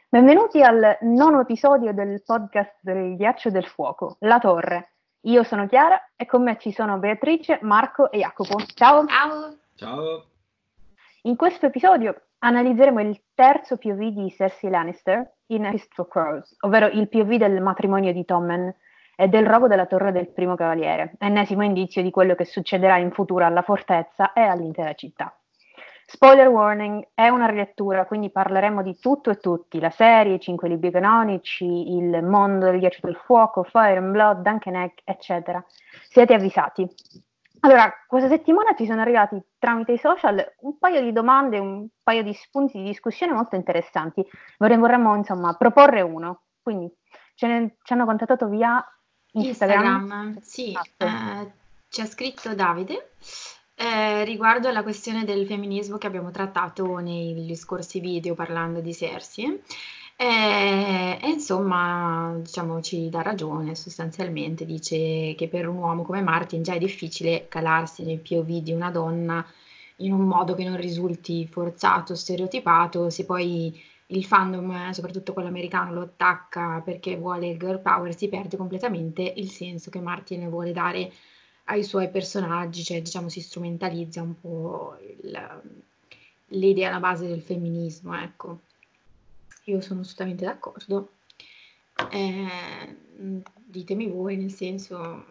Benvenuti al nono episodio del podcast del Ghiaccio del Fuoco, La Torre. Io sono Chiara e con me ci sono Beatrice, Marco e Jacopo. Ciao! Ciao! Ciao! In questo episodio analizzeremo il terzo POV di Cersei Lannister in A Feast for Crows, ovvero il POV del matrimonio di Tommen e del robo della Torre del Primo Cavaliere, ennesimo indizio di quello che succederà in futuro alla fortezza e all'intera città. Spoiler warning, è una rilettura, quindi parleremo di tutto e tutti, la serie, i 5 libri canonici, il mondo del Ghiaccio del Fuoco, Fire and Blood, Duncan Egg, eccetera. Siete avvisati. Allora, questa settimana ci sono arrivati tramite i social un paio di domande, un paio di spunti di discussione molto interessanti. Vorremmo insomma proporre uno, quindi ci hanno contattato via Instagram. Sì, Esatto. ci ha scritto Davide riguardo alla questione del femminismo che abbiamo trattato negli scorsi video parlando di Cersei. E insomma, diciamo, ci dà ragione sostanzialmente, dice che per un uomo come Martin già è difficile calarsi nel POV di una donna in un modo che non risulti forzato, stereotipato, se poi il fandom, soprattutto quello americano, lo attacca perché vuole il girl power, si perde completamente il senso che Martin vuole dare ai suoi personaggi, cioè diciamo si strumentalizza un po' l'idea alla base del femminismo, ecco. Io sono assolutamente d'accordo. Ditemi voi, nel senso...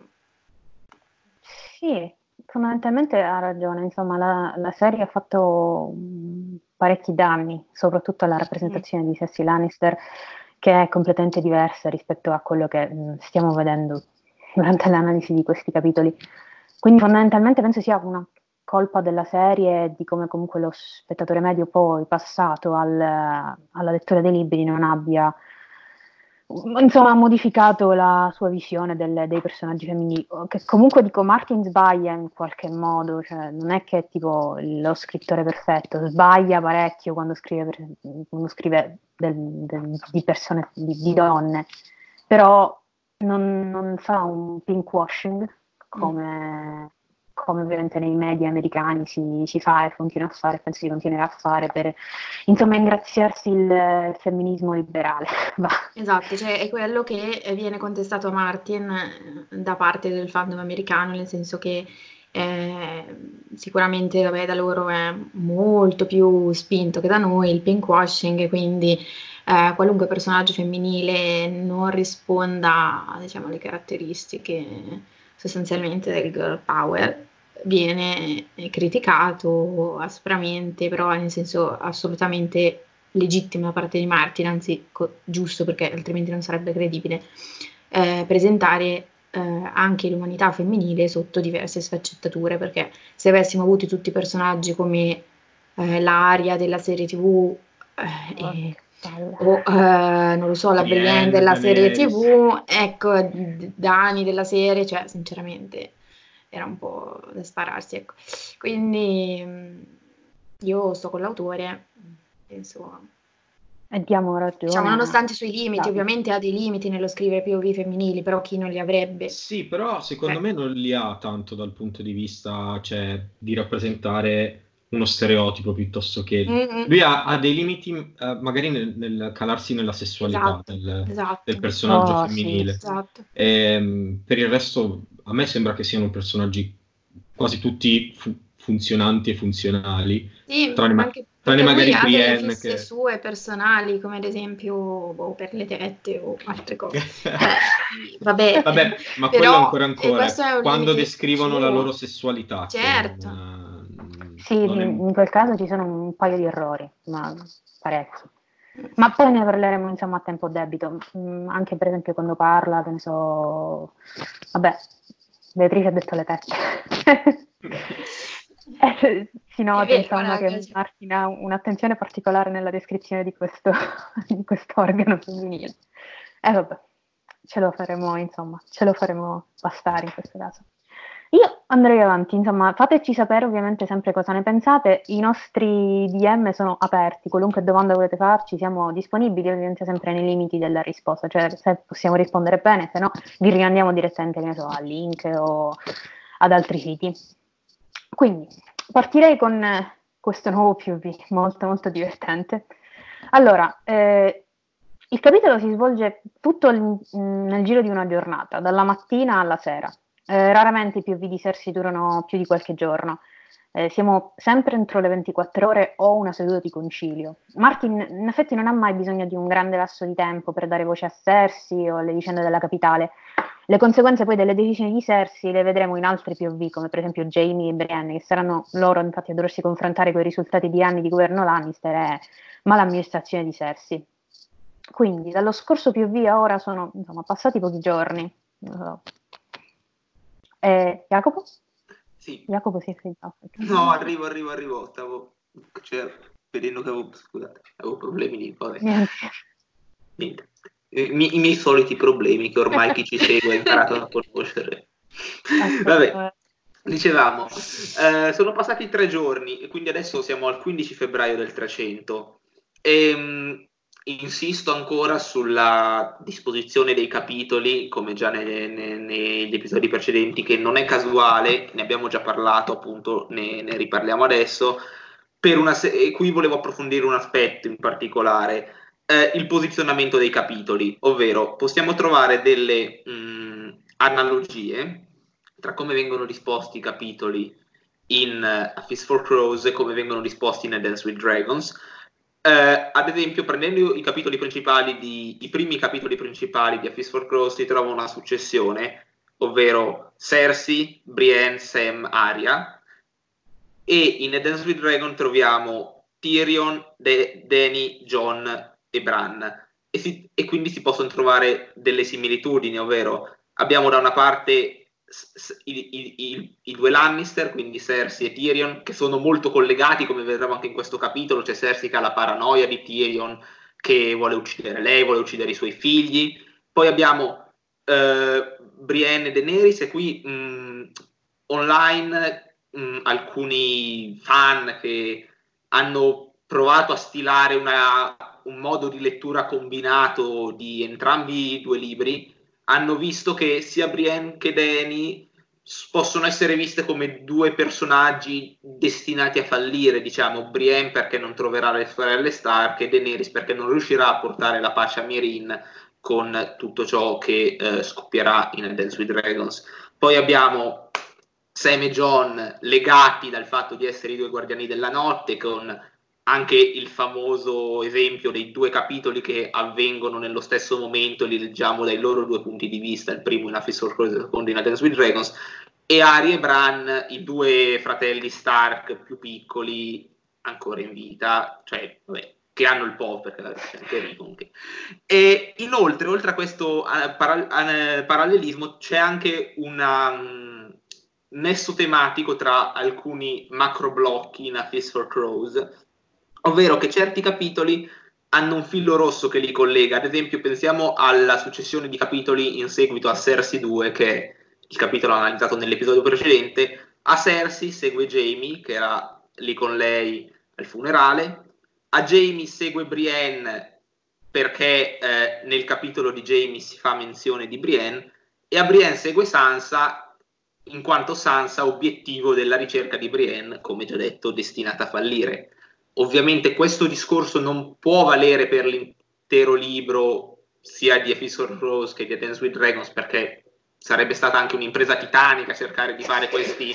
Sì, fondamentalmente ha ragione, insomma la serie ha fatto parecchi danni, soprattutto alla rappresentazione di Cersei Lannister, che è completamente diversa rispetto a quello che stiamo vedendo durante l'analisi di questi capitoli. Quindi fondamentalmente penso sia una colpa della serie e di come comunque lo spettatore medio poi passato alla lettura dei libri non abbia insomma, ha modificato la sua visione dei personaggi femminili, che comunque dico Martin sbaglia in qualche modo, cioè non è che è tipo lo scrittore perfetto, sbaglia parecchio quando scrive di persone, di donne, però non fa un pinkwashing come ovviamente nei media americani si fa e continua a fare, penso si continuerà a fare per insomma ingraziarsi il femminismo liberale. Va. Esatto, cioè è quello che viene contestato a Martin da parte del fandom americano, nel senso che sicuramente vabbè, da loro è molto più spinto che da noi il pinkwashing, e quindi qualunque personaggio femminile non risponda, diciamo, alle caratteristiche sostanzialmente del girl power viene criticato aspramente, però nel senso assolutamente legittimo da parte di Martin, anzi giusto perché altrimenti non sarebbe credibile, presentare anche l'umanità femminile sotto diverse sfaccettature, perché se avessimo avuto tutti i personaggi come l'Aria della serie TV non lo so, la Brienne della serie TV, ecco, Dani della serie, cioè sinceramente era un po' da spararsi, ecco. Quindi io sto con l'autore, penso... E diamo ragione. Diciamo, nonostante i suoi limiti, ovviamente ha dei limiti nello scrivere POV femminili, però chi non li avrebbe? Sì, però secondo me non li ha tanto dal punto di vista, cioè, di rappresentare uno stereotipo piuttosto che... Lui ha dei limiti magari nel calarsi nella sessualità del personaggio femminile. Sì. Esatto. Per il resto a me sembra che siano personaggi quasi tutti funzionanti e funzionali, Sì, tranne anche magari lui ha delle Brienne fisse sue personali, come ad esempio per le tette o altre cose. Vabbè, ma però quello ancora questo è un quando limite descrivono la suo. loro sessualità. Certo. Sì, in quel caso ci sono un paio di errori, ma parecchi. Ma poi ne parleremo insomma a tempo debito, anche per esempio quando parla, che ne so, vabbè, Beatrice ha detto le tette. Si nota insomma che Martin ha un'attenzione particolare nella descrizione di questo organo femminile. E vabbè, ce lo faremo bastare in questo caso. Io andrei avanti, insomma, fateci sapere ovviamente sempre cosa ne pensate, i nostri DM sono aperti, qualunque domanda volete farci siamo disponibili, ovviamente sempre nei limiti della risposta, cioè se possiamo rispondere bene, se no vi rimandiamo direttamente, che ne so, al link o ad altri siti. Quindi partirei con questo nuovo POV, molto molto divertente. Allora, Il capitolo si svolge tutto nel giro di una giornata, dalla mattina alla sera. Raramente i POV di Cersei durano più di qualche giorno. Siamo sempre entro le 24 ore o una seduta di concilio. Martin in effetti non ha mai bisogno di un grande lasso di tempo per dare voce a Cersei o alle vicende della capitale. Le conseguenze poi delle decisioni di Cersei le vedremo in altri POV, come per esempio Jaime e Brienne, che saranno loro infatti a doversi confrontare con i risultati di anni di governo Lannister e malamministrazione di Cersei. Quindi dallo scorso POV a ora sono passati pochi giorni. Jacopo? Sì. Jacopo si è fermato. No, arrivo. Stavo vedendo che avevo problemi di Niente. I miei soliti problemi che ormai chi ci segue ha imparato a conoscere. Vabbè, dicevamo, sono passati 3 giorni e quindi adesso siamo al 15 febbraio del 300 e insisto ancora sulla disposizione dei capitoli, come già negli episodi precedenti, che non è casuale, ne abbiamo già parlato, appunto ne riparliamo adesso, e qui volevo approfondire un aspetto in particolare, il posizionamento dei capitoli, ovvero possiamo trovare delle analogie tra come vengono disposti i capitoli in A Feast for Crows e come vengono disposti in A Dance with Dragons. Ad esempio, prendendo i primi capitoli principali di A Feast for Crows, si trova una successione, ovvero Cersei, Brienne, Sam, Arya, e in A Dance with Dragon troviamo Tyrion, Dany, Jon e Bran, e quindi si possono trovare delle similitudini, ovvero abbiamo da una parte i due Lannister, quindi Cersei e Tyrion, che sono molto collegati, come vedremo anche in questo capitolo. C'è Cersei che ha la paranoia di Tyrion, che vuole uccidere lei, vuole uccidere i suoi figli. Poi abbiamo Brienne e Daenerys, e qui online alcuni fan che hanno provato a stilare un modo di lettura combinato di entrambi i due libri, hanno visto che sia Brienne che Dany possono essere viste come due personaggi destinati a fallire, diciamo. Brienne perché non troverà le sorelle Stark e Daenerys perché non riuscirà a portare la pace a Meereen con tutto ciò che scoppierà in A Dance with Dragons. Poi abbiamo Sam e Jon legati dal fatto di essere i due guardiani della notte, con anche il famoso esempio dei 2 capitoli che avvengono nello stesso momento, li leggiamo dai loro 2 punti di vista, il primo in A Feast for Crows e il secondo in A Dance with Dragons, e Arya e Bran, i 2 fratelli Stark più piccoli, ancora in vita, cioè, vabbè, che hanno il po', perché c'è anche Rickon. E inoltre, oltre a questo parallelismo, c'è anche un nesso tematico tra alcuni macro blocchi in A Feast for Crows, ovvero che certi capitoli hanno un filo rosso che li collega. Ad esempio, pensiamo alla successione di capitoli in seguito a Cersei 2, che è il capitolo analizzato nell'episodio precedente. A Cersei segue Jaime, che era lì con lei al funerale. A Jaime segue Brienne, perché nel capitolo di Jaime si fa menzione di Brienne, e a Brienne segue Sansa, in quanto Sansa obiettivo della ricerca di Brienne, come già detto, destinata a fallire. Ovviamente questo discorso non può valere per l'intero libro, sia di A Feast for Crows che di A Dance with Dragons, perché sarebbe stata anche un'impresa titanica cercare di fare questi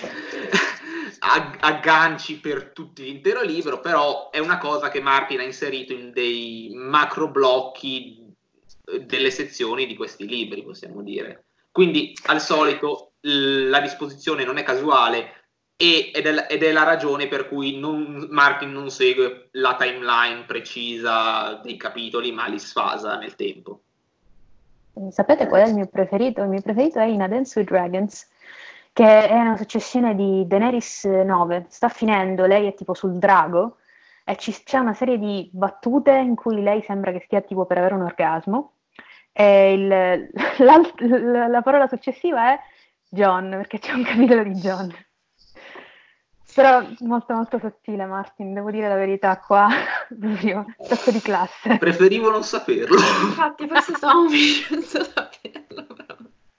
agganci per tutto l'intero libro, però è una cosa che Martin ha inserito in dei macro blocchi delle sezioni di questi libri, possiamo dire. Quindi, al solito, la disposizione non è casuale, ed è la ragione per cui Martin non segue la timeline precisa dei capitoli, ma li sfasa nel tempo. Sapete qual è il mio preferito? Il mio preferito è in A Dance with Dragons, che è una successione di Daenerys 9. Sta finendo, lei è tipo sul drago, e c'è una serie di battute in cui lei sembra che stia tipo per avere un orgasmo, e la parola successiva è Jon, perché c'è un capitolo di Jon. Però molto molto sottile, Martin, devo dire la verità, qua proprio tocco di classe. Preferivo non saperlo. Infatti forse stavo senza saperlo, però.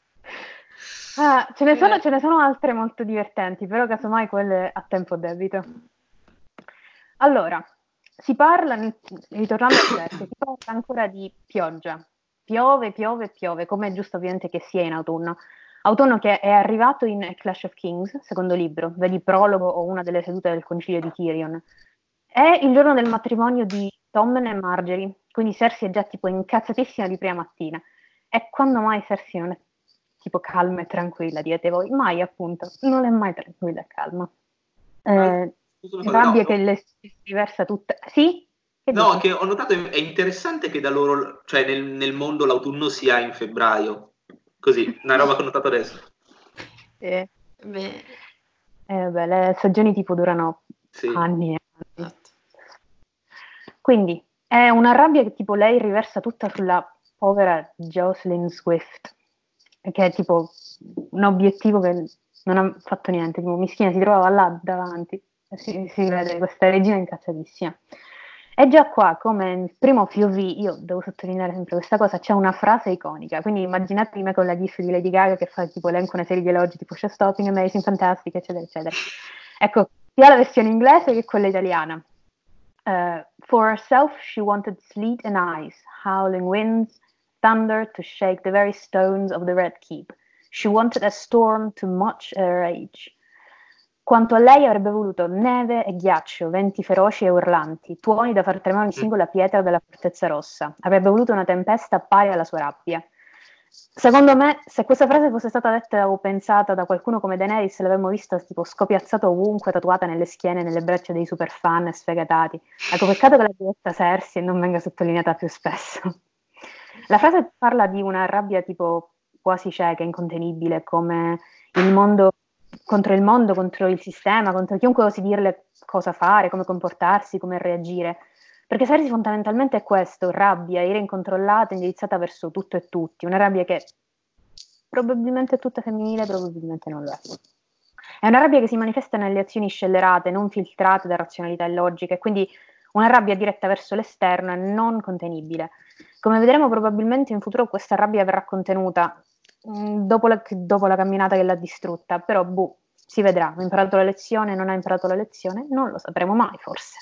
Ce ne sono altre molto divertenti, però casomai quelle a tempo debito. Allora, ritornando a Cersei, si parla ancora di pioggia. Piove, piove, piove, come è giusto ovviamente che sia in autunno. Autunno che è arrivato in A Clash of Kings, secondo libro, vedi prologo o una delle sedute del concilio di Tyrion. È il giorno del matrimonio di Tommen e Marjorie, quindi Cersei è già tipo incazzatissima di prima mattina. E quando mai Cersei non è tipo calma e tranquilla, direte voi? Mai, appunto, non è mai tranquilla e calma. Rabbia che le si riversa tutta. Sì? No, che ho notato è interessante che da loro, cioè nel mondo l'autunno sia in febbraio. Così, una roba che ho notato adesso. Beh, le stagioni tipo durano anni e anni. Quindi è una rabbia che tipo lei riversa tutta sulla povera Jocelyn Swift, che è tipo un obiettivo che non ha fatto niente, tipo mischina si trovava là davanti, si vede questa regina incazzatissima. E già qua, come il primo POV, io devo sottolineare sempre questa cosa, c'è una frase iconica, quindi immaginatevi me con la gif di Lady Gaga che fa tipo elenco una serie di elogi tipo show-stopping, amazing, fantastic, eccetera, eccetera. Ecco, sia la versione inglese che quella italiana. For herself she wanted sleet and ice, howling winds, thunder to shake the very stones of the Red Keep. She wanted a storm to match her rage. Quanto a lei avrebbe voluto neve e ghiaccio, venti feroci e urlanti, tuoni da far tremare ogni singola pietra della Fortezza Rossa. Avrebbe voluto una tempesta pari alla sua rabbia. Secondo me, se questa frase fosse stata detta o pensata da qualcuno come Daenerys, l'avremmo vista tipo scopiazzata ovunque, tatuata nelle schiene, nelle braccia dei super fan sfegatati. Ecco, peccato che l'abbia detta Cersei e non venga sottolineata più spesso. La frase parla di una rabbia tipo quasi cieca, incontenibile, come il mondo contro il sistema, contro chiunque osi dirle cosa fare, come comportarsi, come reagire. Perché Cersei fondamentalmente è questo, rabbia, ira incontrollata, indirizzata verso tutto e tutti, una rabbia che probabilmente è tutta femminile, probabilmente non lo è. È una rabbia che si manifesta nelle azioni scellerate, non filtrate da razionalità e logica, e quindi una rabbia diretta verso l'esterno e non contenibile. Come vedremo probabilmente in futuro questa rabbia verrà contenuta dopo la camminata che l'ha distrutta, però si vedrà, ha imparato la lezione, non ha imparato la lezione, non lo sapremo mai forse.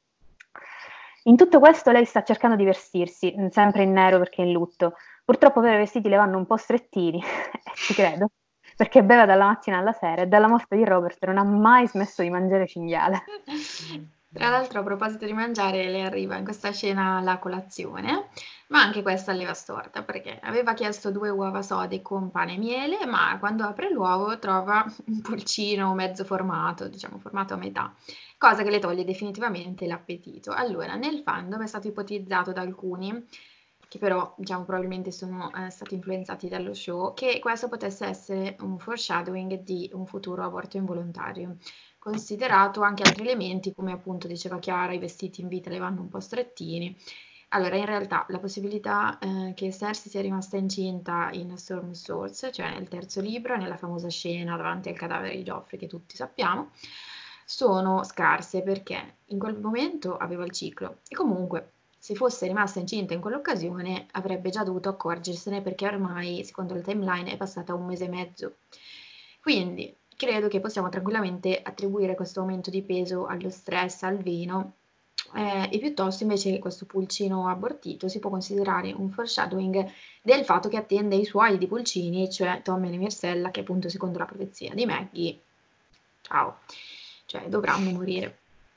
In tutto questo lei sta cercando di vestirsi, sempre in nero perché è in lutto. Purtroppo i vestiti le vanno un po' strettini, ci credo, perché beve dalla mattina alla sera e dalla morte di Robert non ha mai smesso di mangiare cinghiale. Tra l'altro, a proposito di mangiare, le arriva in questa scena la colazione, ma anche questa le va storta, perché aveva chiesto 2 uova sode con pane e miele, ma quando apre l'uovo trova un pulcino mezzo formato, diciamo formato a metà, cosa che le toglie definitivamente l'appetito. Allora, nel fandom è stato ipotizzato da alcuni, che però diciamo probabilmente sono stati influenzati dallo show, che questo potesse essere un foreshadowing di un futuro aborto involontario, considerato anche altri elementi, come appunto diceva Chiara, i vestiti in vita le vanno un po' strettini. Allora, in realtà la possibilità che Cersei sia rimasta incinta in Storm Souls, cioè nel terzo libro, nella famosa scena davanti al cadavere di Joffrey che tutti sappiamo, sono scarse perché in quel momento aveva il ciclo e comunque se fosse rimasta incinta in quell'occasione avrebbe già dovuto accorgersene perché ormai, secondo la timeline, è passata 1 mese e mezzo. Quindi credo che possiamo tranquillamente attribuire questo aumento di peso allo stress, al vino, e piuttosto invece che questo pulcino abortito si può considerare un foreshadowing del fatto che attende i suoi di pulcini, cioè Tommen e Myrcella, che appunto secondo la profezia di Maggie, ciao, cioè dovranno morire.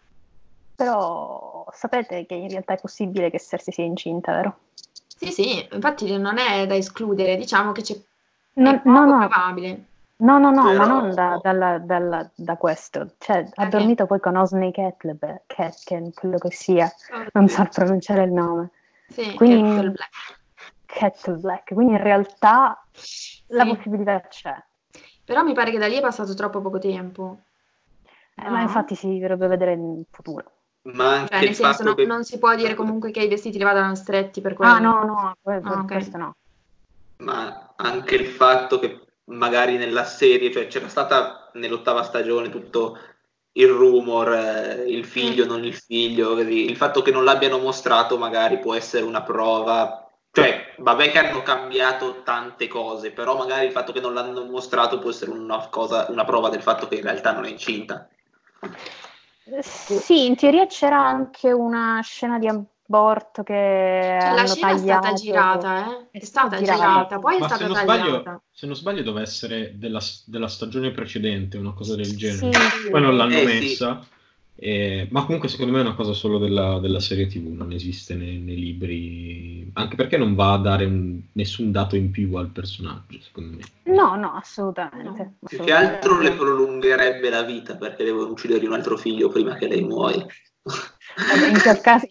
Però sapete che in realtà è possibile che Cersei sia incinta, vero? Sì, infatti non è da escludere, diciamo che è poco probabile. No, ma non da questo. Cioè, ha dormito poi con Osney Kettle, quello che sia, non so pronunciare il nome. Sì, quindi, Kettle Black. Quindi in realtà la possibilità c'è. Però mi pare che da lì è passato troppo poco tempo. No? Ma infatti si dovrebbe vedere in futuro. Ma anche nel senso, non si può dire comunque che i vestiti le vadano stretti per quello. No, questo no. Ma anche il fatto che magari nella serie, cioè c'era stata nell'8ª stagione tutto il rumor, il figlio, non il figlio, il fatto che non l'abbiano mostrato magari può essere una prova, cioè vabbè che hanno cambiato tante cose, però magari il fatto che non l'hanno mostrato può essere una prova del fatto che in realtà non è incinta. Sì, in teoria c'era anche una scena di l'aborto che Cioè, la hanno scena è stata tagliato. girata, È è stata girata, poi è Ma stata tagliata. se non sbaglio doveva essere della stagione precedente, una cosa del genere. Sì, Poi non l'hanno sì. messa, ma comunque secondo me è una cosa solo della serie TV, non esiste nei libri, anche perché non va a dare nessun dato in più al personaggio, secondo me. no, assolutamente. Più che altro le prolungherebbe la vita, perché devono uccidergli un altro figlio prima che lei muoia. Vabbè, in quel caso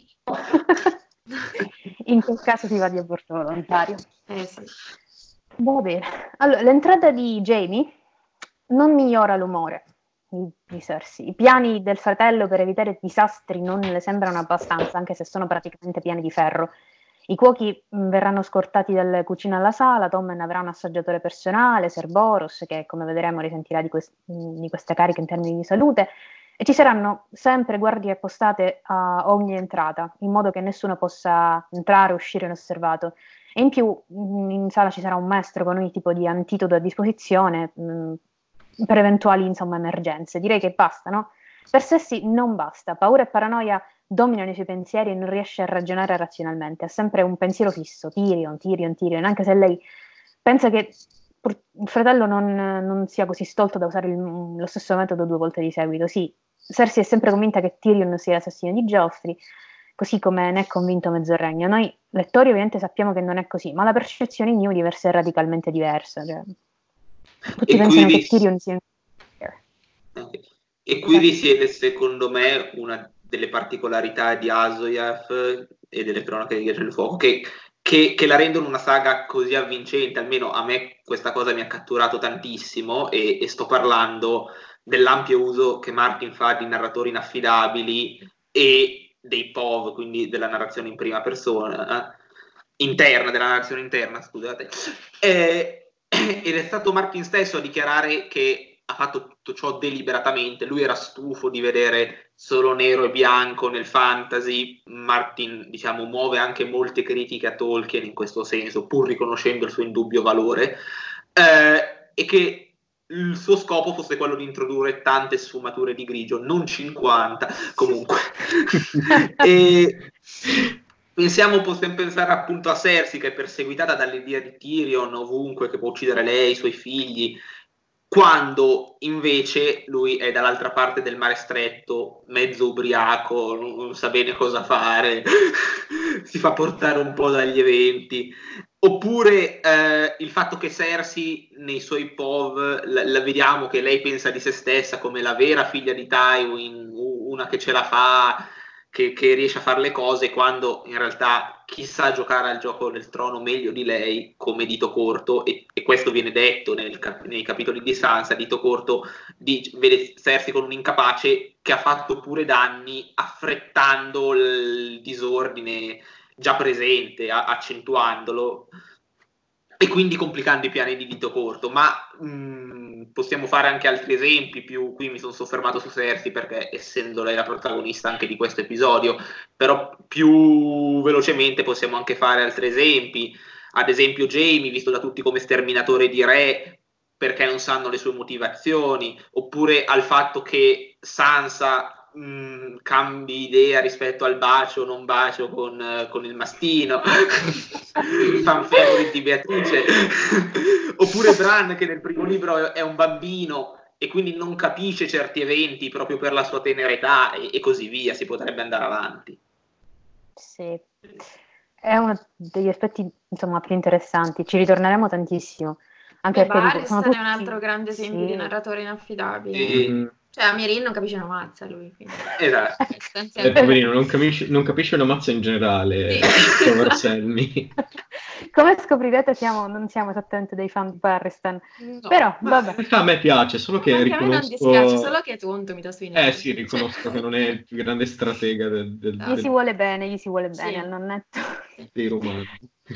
si va di aborto volontario. Sì. Va bene. Allora, l'entrata di Jamie non migliora l'umore di Cersei. I piani del fratello per evitare disastri non le sembrano abbastanza, anche se sono praticamente piani di ferro. I cuochi verranno scortati dalle cucine alla sala, Tommen avrà un assaggiatore personale, Ser Boros, che come vedremo risentirà di questa carica in termini di salute, e ci saranno sempre guardie postate a ogni entrata, in modo che nessuno possa entrare o uscire inosservato. E in più in sala ci sarà un maestro con ogni tipo di antidoto a disposizione per eventuali, insomma, emergenze. Direi che basta, no? Per Cersei non basta, paura e paranoia dominano i suoi pensieri e non riesce a ragionare razionalmente, ha sempre un pensiero fisso, Tyrion, anche se lei pensa che il fratello non sia così stolto da usare lo stesso metodo 2 volte di seguito. Sì, Cersei è sempre convinta che Tyrion sia l'assassino di Joffrey, così come ne è convinto Mezzoregno. Noi lettori ovviamente sappiamo che non è così, ma la percezione in New Universe è radicalmente diversa. Cioè, tutti pensano che Tyrion sia e qui risiede secondo me una delle particolarità di Azoyaf e delle cronache di Ghiaccio del Fuoco che la rendono una saga così avvincente. Almeno a me questa cosa mi ha catturato tantissimo, e sto parlando dell'ampio uso che Martin fa di narratori inaffidabili e dei POV, quindi della narrazione in prima persona, della narrazione interna, scusate. Ed è stato Martin stesso a dichiarare che ha fatto tutto ciò deliberatamente. Lui era stufo di vedere solo nero e bianco nel fantasy. Martin, diciamo, muove anche molte critiche a Tolkien in questo senso, pur riconoscendo il suo indubbio valore, e che il suo scopo fosse quello di introdurre tante sfumature di grigio, non 50 comunque. E possiamo pensare appunto a Cersei, che è perseguitata dall'idea di Tyrion ovunque, che può uccidere lei, i suoi figli, quando invece lui è dall'altra parte del mare stretto, mezzo ubriaco, non sa bene cosa fare, si fa portare un po' dagli eventi. Oppure il fatto che Cersei nei suoi POV la vediamo che lei pensa di se stessa come la vera figlia di Tywin, una che ce la fa, che riesce a fare le cose, quando in realtà chi sa giocare al gioco del trono meglio di lei, come Dito Corto, e questo viene detto nei capitoli di Sansa. Dito Corto vede Cersei con un incapace che ha fatto pure danni affrettando il disordine già presente, accentuandolo, e quindi complicando i piani di Dito Corto. Ma possiamo fare anche altri esempi. Qui mi sono soffermato su Cersei perché essendo lei la protagonista anche di questo episodio, però più velocemente possiamo anche fare altri esempi. Ad esempio Jaime, visto da tutti come sterminatore di re perché non sanno le sue motivazioni, oppure al fatto che Sansa cambi idea rispetto al bacio non bacio con il mastino, fan favorite di Beatrice, oppure Bran, che nel primo libro è un bambino e quindi non capisce certi eventi proprio per la sua tenera età, e così via. Si potrebbe andare avanti. Sì, è uno degli aspetti, insomma, più interessanti. Ci ritorneremo tantissimo, anche perché Barristan è un altro grande esempio di narratore inaffidabile. Cioè, Amirin non capisce una mazza lui. Quindi. Esatto. Poverino, non capisce una mazza in generale. Sì. Come scoprirete, non siamo esattamente dei fan di Barristan. No. Però, vabbè. In realtà a me piace, solo che riconosco... a me non dispiace, solo che è tonto, mi dà sui nervi. Sì, riconosco che non è il più grande stratega Gli si vuole bene al nonnetto. Dei romani.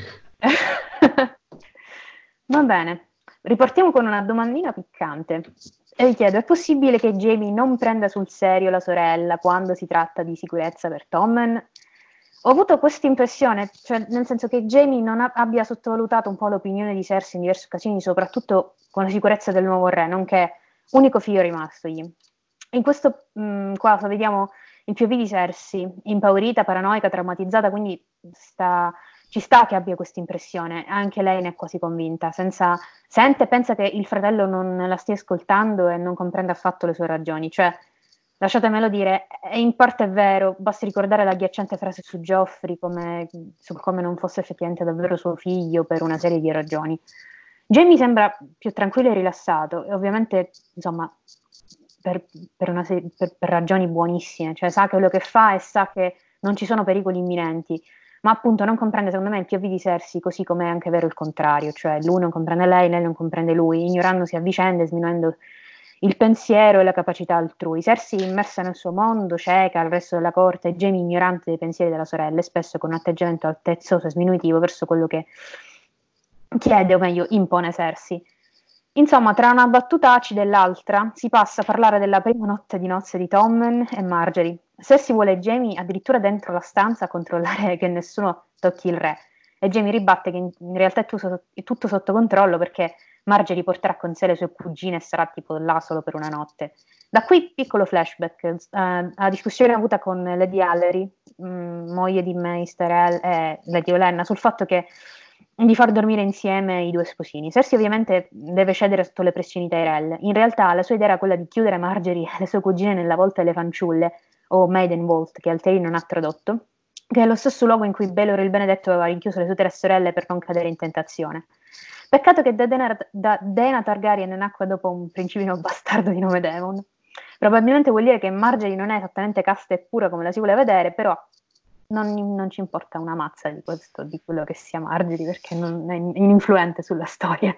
Va bene, ripartiamo con una domandina piccante. E vi chiedo, è possibile che Jaime non prenda sul serio la sorella quando si tratta di sicurezza per Tommen? Ho avuto questa impressione, cioè nel senso che Jaime non abbia sottovalutato un po' l'opinione di Cersei in diverse occasioni, soprattutto con la sicurezza del nuovo re, nonché unico figlio rimastogli. In questo caso vediamo il POV di Cersei, impaurita, paranoica, traumatizzata, quindi ci sta che abbia questa impressione, anche lei ne è quasi convinta, sente e pensa che il fratello non la stia ascoltando e non comprende affatto le sue ragioni, cioè, lasciatemelo dire, e in parte è vero, basti ricordare la ghiacciante frase su Joffrey, su come non fosse effettivamente davvero suo figlio per una serie di ragioni. Jaime sembra più tranquillo e rilassato, e ovviamente, insomma, per ragioni buonissime, cioè sa quello che fa e sa che non ci sono pericoli imminenti, ma appunto non comprende secondo me il POV di Cersei, così come è anche vero il contrario, cioè lui non comprende lei non comprende lui, ignorandosi a vicenda e sminuendo il pensiero e la capacità altrui. Cersei immersa nel suo mondo, cieca al resto della corte, e Jaime ignorante dei pensieri della sorella, e spesso con un atteggiamento altezzoso e sminuitivo verso quello che chiede, o meglio impone Cersei. Insomma, tra una battuta acida e l'altra si passa a parlare della prima notte di nozze di Tommen e Margaery. Cersei vuole Jaime addirittura dentro la stanza a controllare che nessuno tocchi il re, e Jaime ribatte che in realtà è tutto sotto controllo perché Margaery porterà con sé le sue cugine e sarà tipo là solo per una notte. Da qui piccolo flashback alla discussione avuta con Lady Hallery, moglie di Maester e Lady Olenna, sul fatto che di far dormire insieme i due sposini. Cersei ovviamente deve cedere sotto le pressioni Tyrell. In realtà la sua idea era quella di chiudere Margaery e le sue cugine nella volta delle fanciulle, o Maiden Vault, che Alteri non ha tradotto, che è lo stesso luogo in cui Baelor il Benedetto aveva rinchiuso le sue 3 sorelle per non cadere in tentazione. Peccato che Daena Targaryen nacque dopo un principino bastardo di nome Daemon. Probabilmente vuol dire che Margaery non è esattamente casta e pura come la si vuole vedere, però non ci importa una mazza di quello che sia Margaery, perché non è ininfluente sulla storia.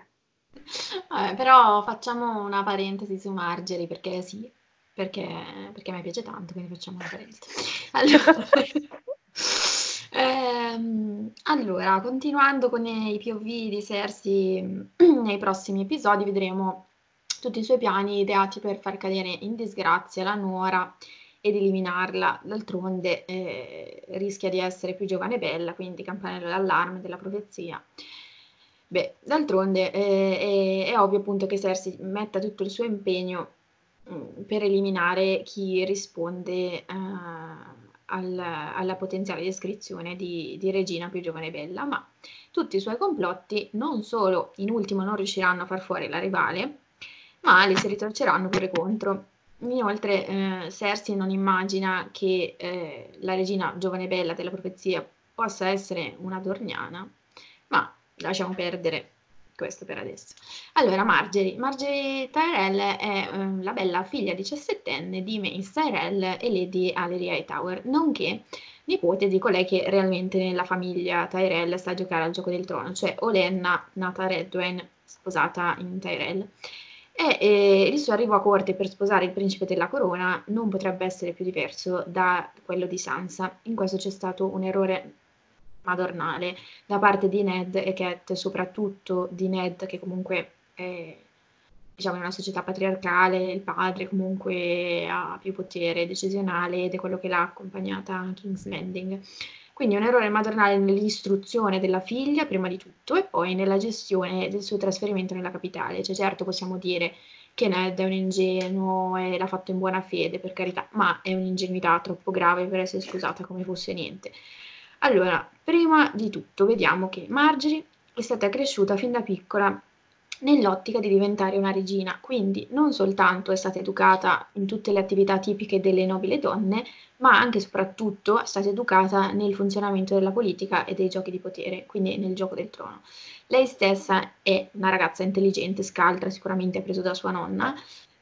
Però facciamo una parentesi su Margaery, perché sì, perché a me piace tanto, quindi facciamo una parentesi. Allora, continuando con i POV di Cersei, nei prossimi episodi vedremo tutti i suoi piani ideati per far cadere in disgrazia la nuora ed eliminarla. D'altronde rischia di essere più giovane e bella, quindi campanello d'allarme della profezia. Beh, d'altronde è ovvio appunto che Cersei metta tutto il suo impegno per eliminare chi risponde alla potenziale descrizione di regina più giovane e bella, ma tutti i suoi complotti non solo in ultimo non riusciranno a far fuori la rivale, ma li si ritorceranno pure contro. Inoltre Cersei non immagina che la regina giovane e bella della profezia possa essere una dorniana, ma lasciamo perdere questo per adesso. Allora, Margaery Tyrell è la bella figlia 17enne di Mace Tyrell e Lady Hallery Hightower, nonché nipote di colei che realmente nella famiglia Tyrell sta a giocare al gioco del trono, cioè Olenna, nata Redwyn, sposata in Tyrell. E il suo arrivo a corte per sposare il principe della corona non potrebbe essere più diverso da quello di Sansa. In questo c'è stato un errore madornale da parte di Ned e Cat, soprattutto di Ned, che comunque è, diciamo, in una società patriarcale, il padre comunque ha più potere decisionale ed è quello che l'ha accompagnata a King's Landing. Quindi un errore madornale nell'istruzione della figlia, prima di tutto, e poi nella gestione del suo trasferimento nella capitale. Cioè, certo, possiamo dire che Ned è un ingenuo e l'ha fatto in buona fede, per carità, ma è un'ingenuità troppo grave per essere scusata come fosse niente. Allora, prima di tutto vediamo che Margaery è stata cresciuta fin da piccola nell'ottica di diventare una regina, quindi non soltanto è stata educata in tutte le attività tipiche delle nobili donne, ma anche e soprattutto è stata educata nel funzionamento della politica e dei giochi di potere, quindi nel gioco del trono. Lei stessa è una ragazza intelligente, scaltra, sicuramente ha preso da sua nonna.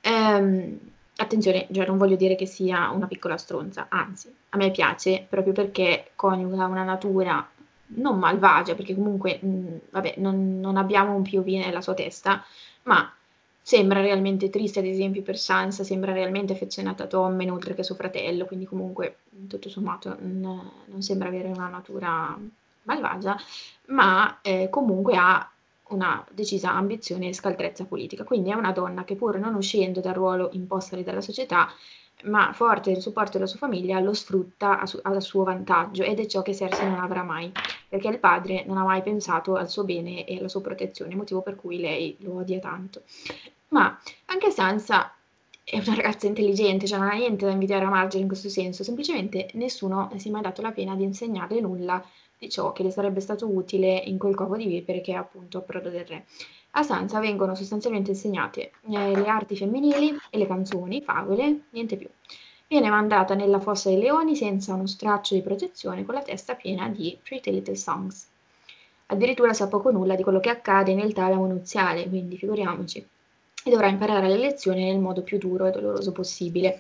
Attenzione, cioè non voglio dire che sia una piccola stronza, anzi, a me piace proprio perché coniuga una natura non malvagia, perché comunque, vabbè, non abbiamo un POV nella sua testa, ma sembra realmente triste, ad esempio, per Sansa, sembra realmente affezionata a Tommen oltre che a suo fratello, quindi comunque, tutto sommato, non sembra avere una natura malvagia, ma comunque ha una decisa ambizione e scaltrezza politica, quindi è una donna che pur non uscendo dal ruolo impostole dalla società, ma forte del supporto della sua famiglia, lo sfrutta a suo vantaggio, ed è ciò che Cersei non avrà mai, perché il padre non ha mai pensato al suo bene e alla sua protezione, motivo per cui lei lo odia tanto. Ma anche Sansa è una ragazza intelligente, cioè non ha niente da invidiare a Marjorie in questo senso, semplicemente nessuno si è mai dato la pena di insegnarle nulla di ciò che le sarebbe stato utile in quel covo di vipere che è appunto Approdo del Re. A Sansa vengono sostanzialmente insegnate le arti femminili e le canzoni, favole, niente più. Viene mandata nella fossa dei leoni senza uno straccio di protezione, con la testa piena di Pretty Little Songs. Addirittura sa poco o nulla di quello che accade nel talamo nuziale, quindi figuriamoci. E dovrà imparare le lezioni nel modo più duro e doloroso possibile.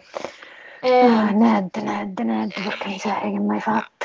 Ned, porca miseria, che mai fatto?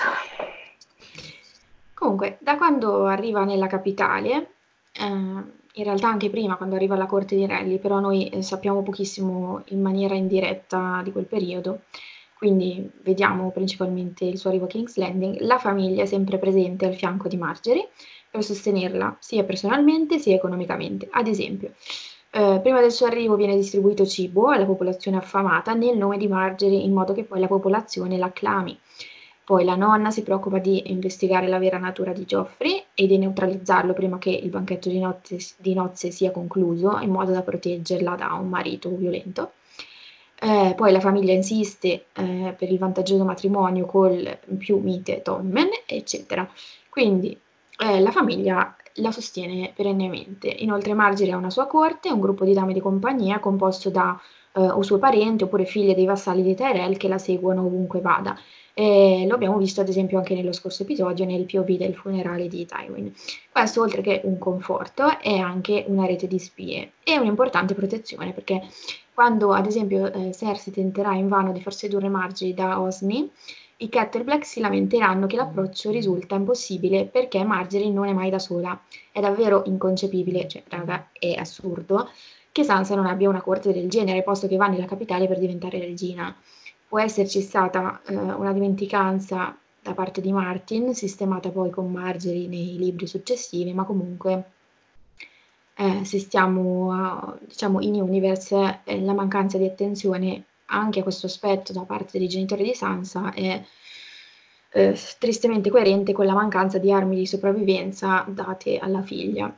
Comunque, da quando arriva nella capitale, in realtà anche prima, quando arriva alla corte di Renly, però noi sappiamo pochissimo in maniera indiretta di quel periodo, quindi vediamo principalmente il suo arrivo a King's Landing, la famiglia è sempre presente al fianco di Marjorie per sostenerla sia personalmente sia economicamente. Ad esempio, prima del suo arrivo viene distribuito cibo alla popolazione affamata nel nome di Marjorie in modo che poi la popolazione l'acclami. Poi la nonna si preoccupa di investigare la vera natura di Joffrey e di neutralizzarlo prima che il banchetto di nozze sia concluso, in modo da proteggerla da un marito violento. Poi la famiglia insiste per il vantaggioso matrimonio col più mite Tommen, eccetera. Quindi la famiglia la sostiene perennemente. Inoltre Marjorie ha una sua corte, un gruppo di dame di compagnia composto da o suoi parenti oppure figlie dei vassalli di Tyrell che la seguono ovunque vada. Lo abbiamo visto ad esempio anche nello scorso episodio nel POV del funerale di Tywin. Questo, oltre che un conforto, è anche una rete di spie e un'importante protezione, perché quando ad esempio Cersei tenterà invano di far sedurre Marjorie da Osney, i Kettleblack si lamenteranno che l'approccio risulta impossibile perché Marjorie non è mai da sola. È davvero inconcepibile, cioè raga, è assurdo, che Sansa non abbia una corte del genere, posto che va nella capitale per diventare regina. Può esserci stata una dimenticanza da parte di Martin, sistemata poi con Marjorie nei libri successivi, ma comunque se stiamo diciamo in Universe la mancanza di attenzione anche a questo aspetto da parte dei genitori di Sansa è tristemente coerente con la mancanza di armi di sopravvivenza date alla figlia.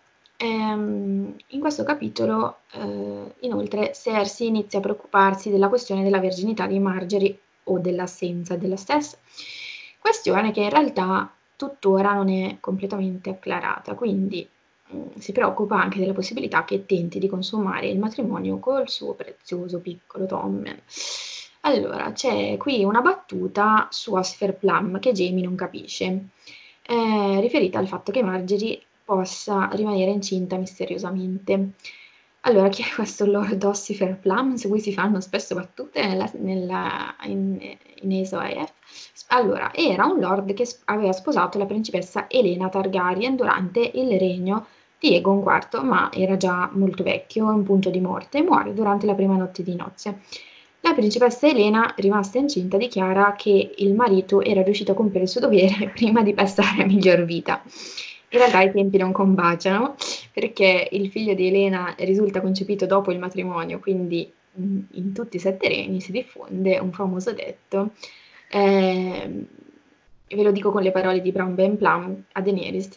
In questo capitolo, inoltre, Cersei inizia a preoccuparsi della questione della verginità di Marjorie o dell'assenza della stessa, questione che in realtà tuttora non è completamente acclarata, quindi si preoccupa anche della possibilità che tenti di consumare il matrimonio col suo prezioso piccolo Tommen. Allora, c'è qui una battuta su Ossifer Plum che Jaime non capisce, riferita al fatto che Marjorie possa rimanere incinta misteriosamente. Allora, chi è questo Lord Ossifer Plum su cui si fanno spesso battute in ESO-AF? Allora, era un lord che aveva sposato la principessa Elena Targaryen durante il regno di Aegon IV, ma era già molto vecchio, in punto di morte, e muore durante la prima notte di nozze. La principessa Elena, rimasta incinta, dichiara che il marito era riuscito a compiere il suo dovere prima di passare a miglior vita. In realtà i tempi non combaciano, perché il figlio di Elena risulta concepito dopo il matrimonio, quindi in tutti i 7 regni si diffonde un famoso detto, ve lo dico con le parole di Brown Ben Plum a Daenerys,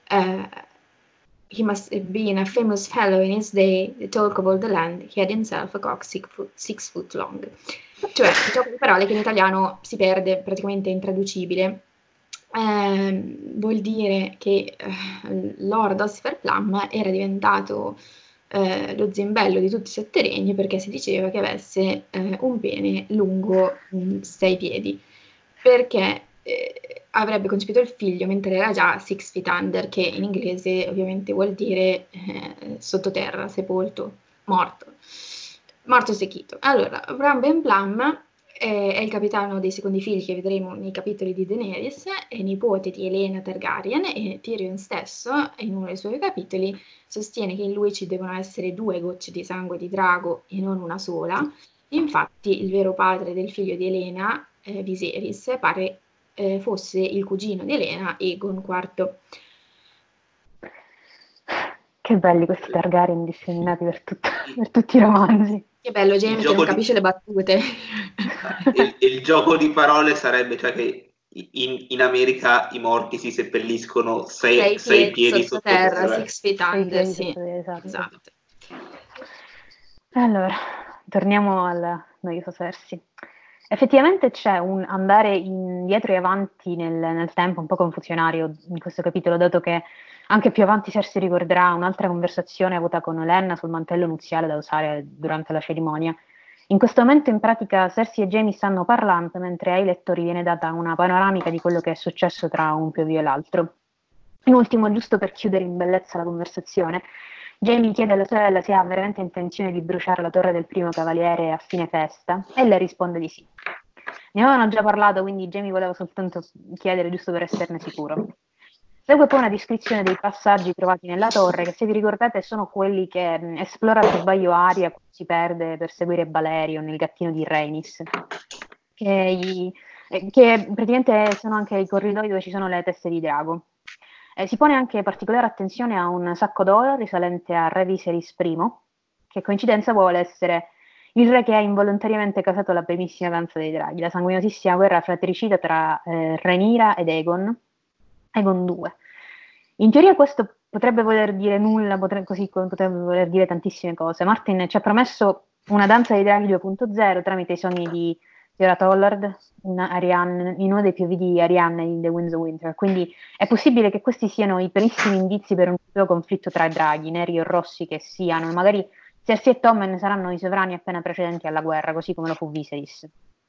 he must have been a famous fellow in his day, the talk of all the land, he had himself a cock 6 foot long. Cioè, un gioco di parole che in italiano si perde, praticamente intraducibile. Vuol dire che Lord Ossifer Plum era diventato lo zimbello di tutti i 7 regni perché si diceva che avesse un pene lungo 6 piedi, perché avrebbe concepito il figlio mentre era già 6 feet under, che in inglese ovviamente vuol dire sottoterra, sepolto, morto secchito. Allora, Bran Ben Plum è il capitano dei secondi figli che vedremo nei capitoli di Daenerys, è nipote di Elena Targaryen e Tyrion stesso, in uno dei suoi capitoli, sostiene che in lui ci devono essere 2 gocce di sangue di drago e non una sola. Infatti il vero padre del figlio di Elena, Viserys, pare fosse il cugino di Elena, Aegon IV. Che belli questi Targaryen disseminati per tutti i romanzi. Che bello, Jaime che non capisce le battute. Il gioco di parole sarebbe cioè che in America i morti si seppelliscono 6 piedi sottoterra, 6 feet under, sì. Esatto. Esatto. Allora, torniamo al noioso Cersei. Effettivamente c'è un andare indietro e avanti nel tempo un po' confusionario in questo capitolo, dato che anche più avanti Cersei ricorderà un'altra conversazione avuta con Olenna sul mantello nuziale da usare durante la cerimonia. In questo momento in pratica Cersei e Jaime stanno parlando mentre ai lettori viene data una panoramica di quello che è successo tra un POV e l'altro. In ultimo, giusto per chiudere in bellezza la conversazione, Jaime chiede alla sorella se ha veramente intenzione di bruciare la torre del primo cavaliere a fine festa e lei risponde di sì. Ne avevano già parlato, quindi Jaime voleva soltanto chiedere giusto per esserne sicuro. Segue poi una descrizione dei passaggi trovati nella torre, che se vi ricordate sono quelli che esplora per sbaglio Arya quando si perde per seguire Balerion, il gattino di Rhaenys, che praticamente sono anche i corridoi dove ci sono le teste di drago. Si pone anche particolare attenzione a un sacco d'oro risalente a Re Viserys I, che coincidenza vuole essere il re che ha involontariamente causato la primissima danza dei draghi, la sanguinosissima guerra fratricida tra Rhaenyra ed Aegon II. In teoria questo potrebbe voler dire nulla, così come potrebbe voler dire tantissime cose. Martin ci ha promesso una danza dei draghi 2.0 tramite i sogni di Jorah Tollard in uno dei POV di Arianne in The Winds of Winter, quindi è possibile che questi siano i primissimi indizi per un futuro conflitto tra i draghi, neri o rossi che siano, magari Cersei e Tommen saranno i sovrani appena precedenti alla guerra, così come lo fu Viserys.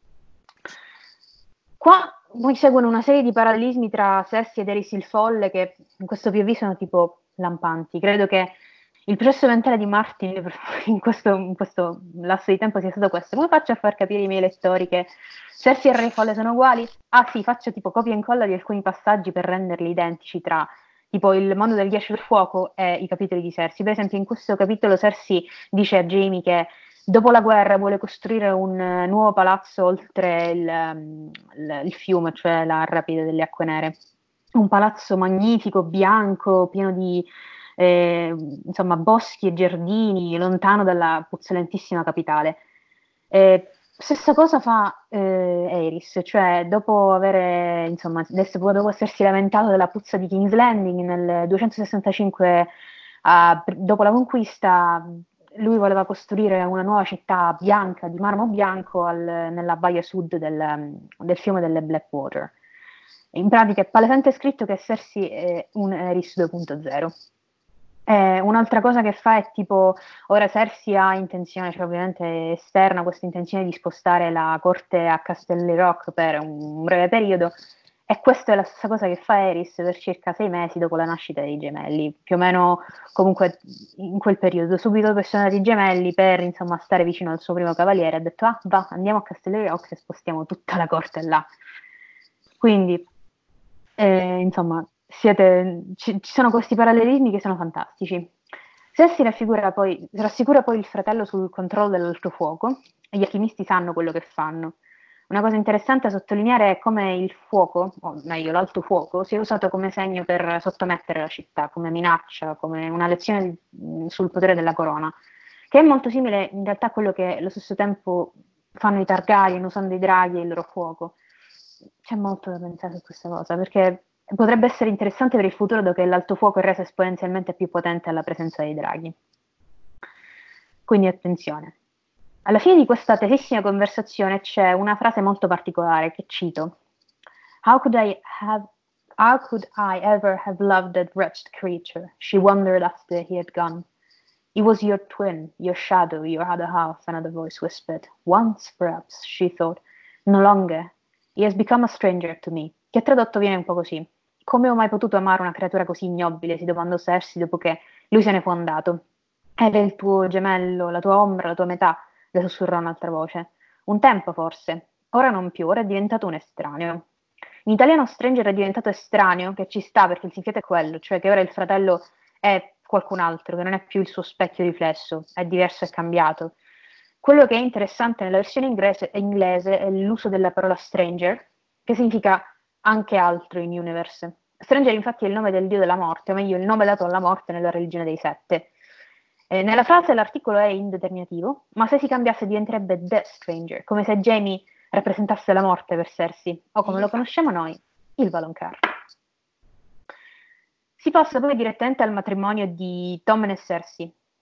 Qua poi seguono una serie di parallelismi tra Cersei ed Eris il Folle che in questo POV sono tipo lampanti. Credo che il processo mentale di Martin in questo lasso di tempo sia stato questo. Come faccio a far capire ai miei lettori che Cersei e Re Folle sono uguali? Ah sì, faccio tipo copia e incolla di alcuni passaggi per renderli identici tra tipo il mondo del ghiaccio e del fuoco e i capitoli di Cersei. Per esempio in questo capitolo Cersei dice a Jaime che dopo la guerra vuole costruire un nuovo palazzo oltre il fiume, cioè la rapide delle acque nere. Un palazzo magnifico, bianco, pieno di insomma, boschi e giardini, lontano dalla puzzolentissima capitale. Stessa cosa fa Aerys, cioè dopo avere, insomma, dopo essersi lamentato della puzza di King's Landing nel 265 dopo la conquista, lui voleva costruire una nuova città bianca, di marmo bianco, nella baia sud del fiume delle Blackwater. In pratica è palesemente scritto che Cersei è un Aerys 2.0. Un'altra cosa che fa è tipo, ora Cersei ha intenzione, cioè ovviamente esterna, questa intenzione di spostare la corte a Castelli Rock per un breve periodo, e questa è la stessa cosa che fa Aerys per circa 6 mesi dopo la nascita dei gemelli, più o meno comunque in quel periodo, subito dopo sono nati i gemelli per insomma stare vicino al suo primo cavaliere, ha detto va, andiamo a Castelli Rock e spostiamo tutta la corte là. Quindi, insomma, ci sono questi parallelismi che sono fantastici. Cersei rassicura poi il fratello sul controllo dell'alto fuoco e gli alchimisti sanno quello che fanno. Una cosa interessante da sottolineare è come il fuoco, o meglio l'alto fuoco, sia usato come segno per sottomettere la città, come minaccia, come una lezione sul potere della corona, che è molto simile in realtà a quello che allo stesso tempo fanno i Targaryen usando i draghi e il loro fuoco. C'è molto da pensare su questa cosa, perché potrebbe essere interessante per il futuro, dato che l'alto fuoco è reso esponenzialmente più potente alla presenza dei draghi. Quindi attenzione. Alla fine di questa tesissima conversazione c'è una frase molto particolare che cito. How could I ever have loved that wretched creature? She wondered after he had gone. It was your twin, your shadow, your other half, another voice whispered. Once, perhaps, she thought. No longer. He has become a stranger to me. Che tradotto viene un po' così. Come ho mai potuto amare una creatura così ignobile, si domandò Cersei dopo che lui se ne fu andato. Era il tuo gemello, la tua ombra, la tua metà, le sussurrò un'altra voce. Un tempo forse, ora non più, ora è diventato un estraneo. In italiano stranger è diventato estraneo, che ci sta perché il significato è quello, cioè che ora il fratello è qualcun altro, che non è più il suo specchio riflesso, è diverso, è cambiato. Quello che è interessante nella versione inglese è l'uso della parola stranger, che significa anche altro in universe. Stranger infatti è il nome del dio della morte, o meglio il nome dato alla morte nella religione dei Sette. Nella frase l'articolo è indeterminativo, ma se si cambiasse diventerebbe The Stranger, come se Jaime rappresentasse la morte per Cersei, o come lo conosciamo noi, il Valonqar. Si passa poi direttamente al matrimonio di Tommen e Cersei.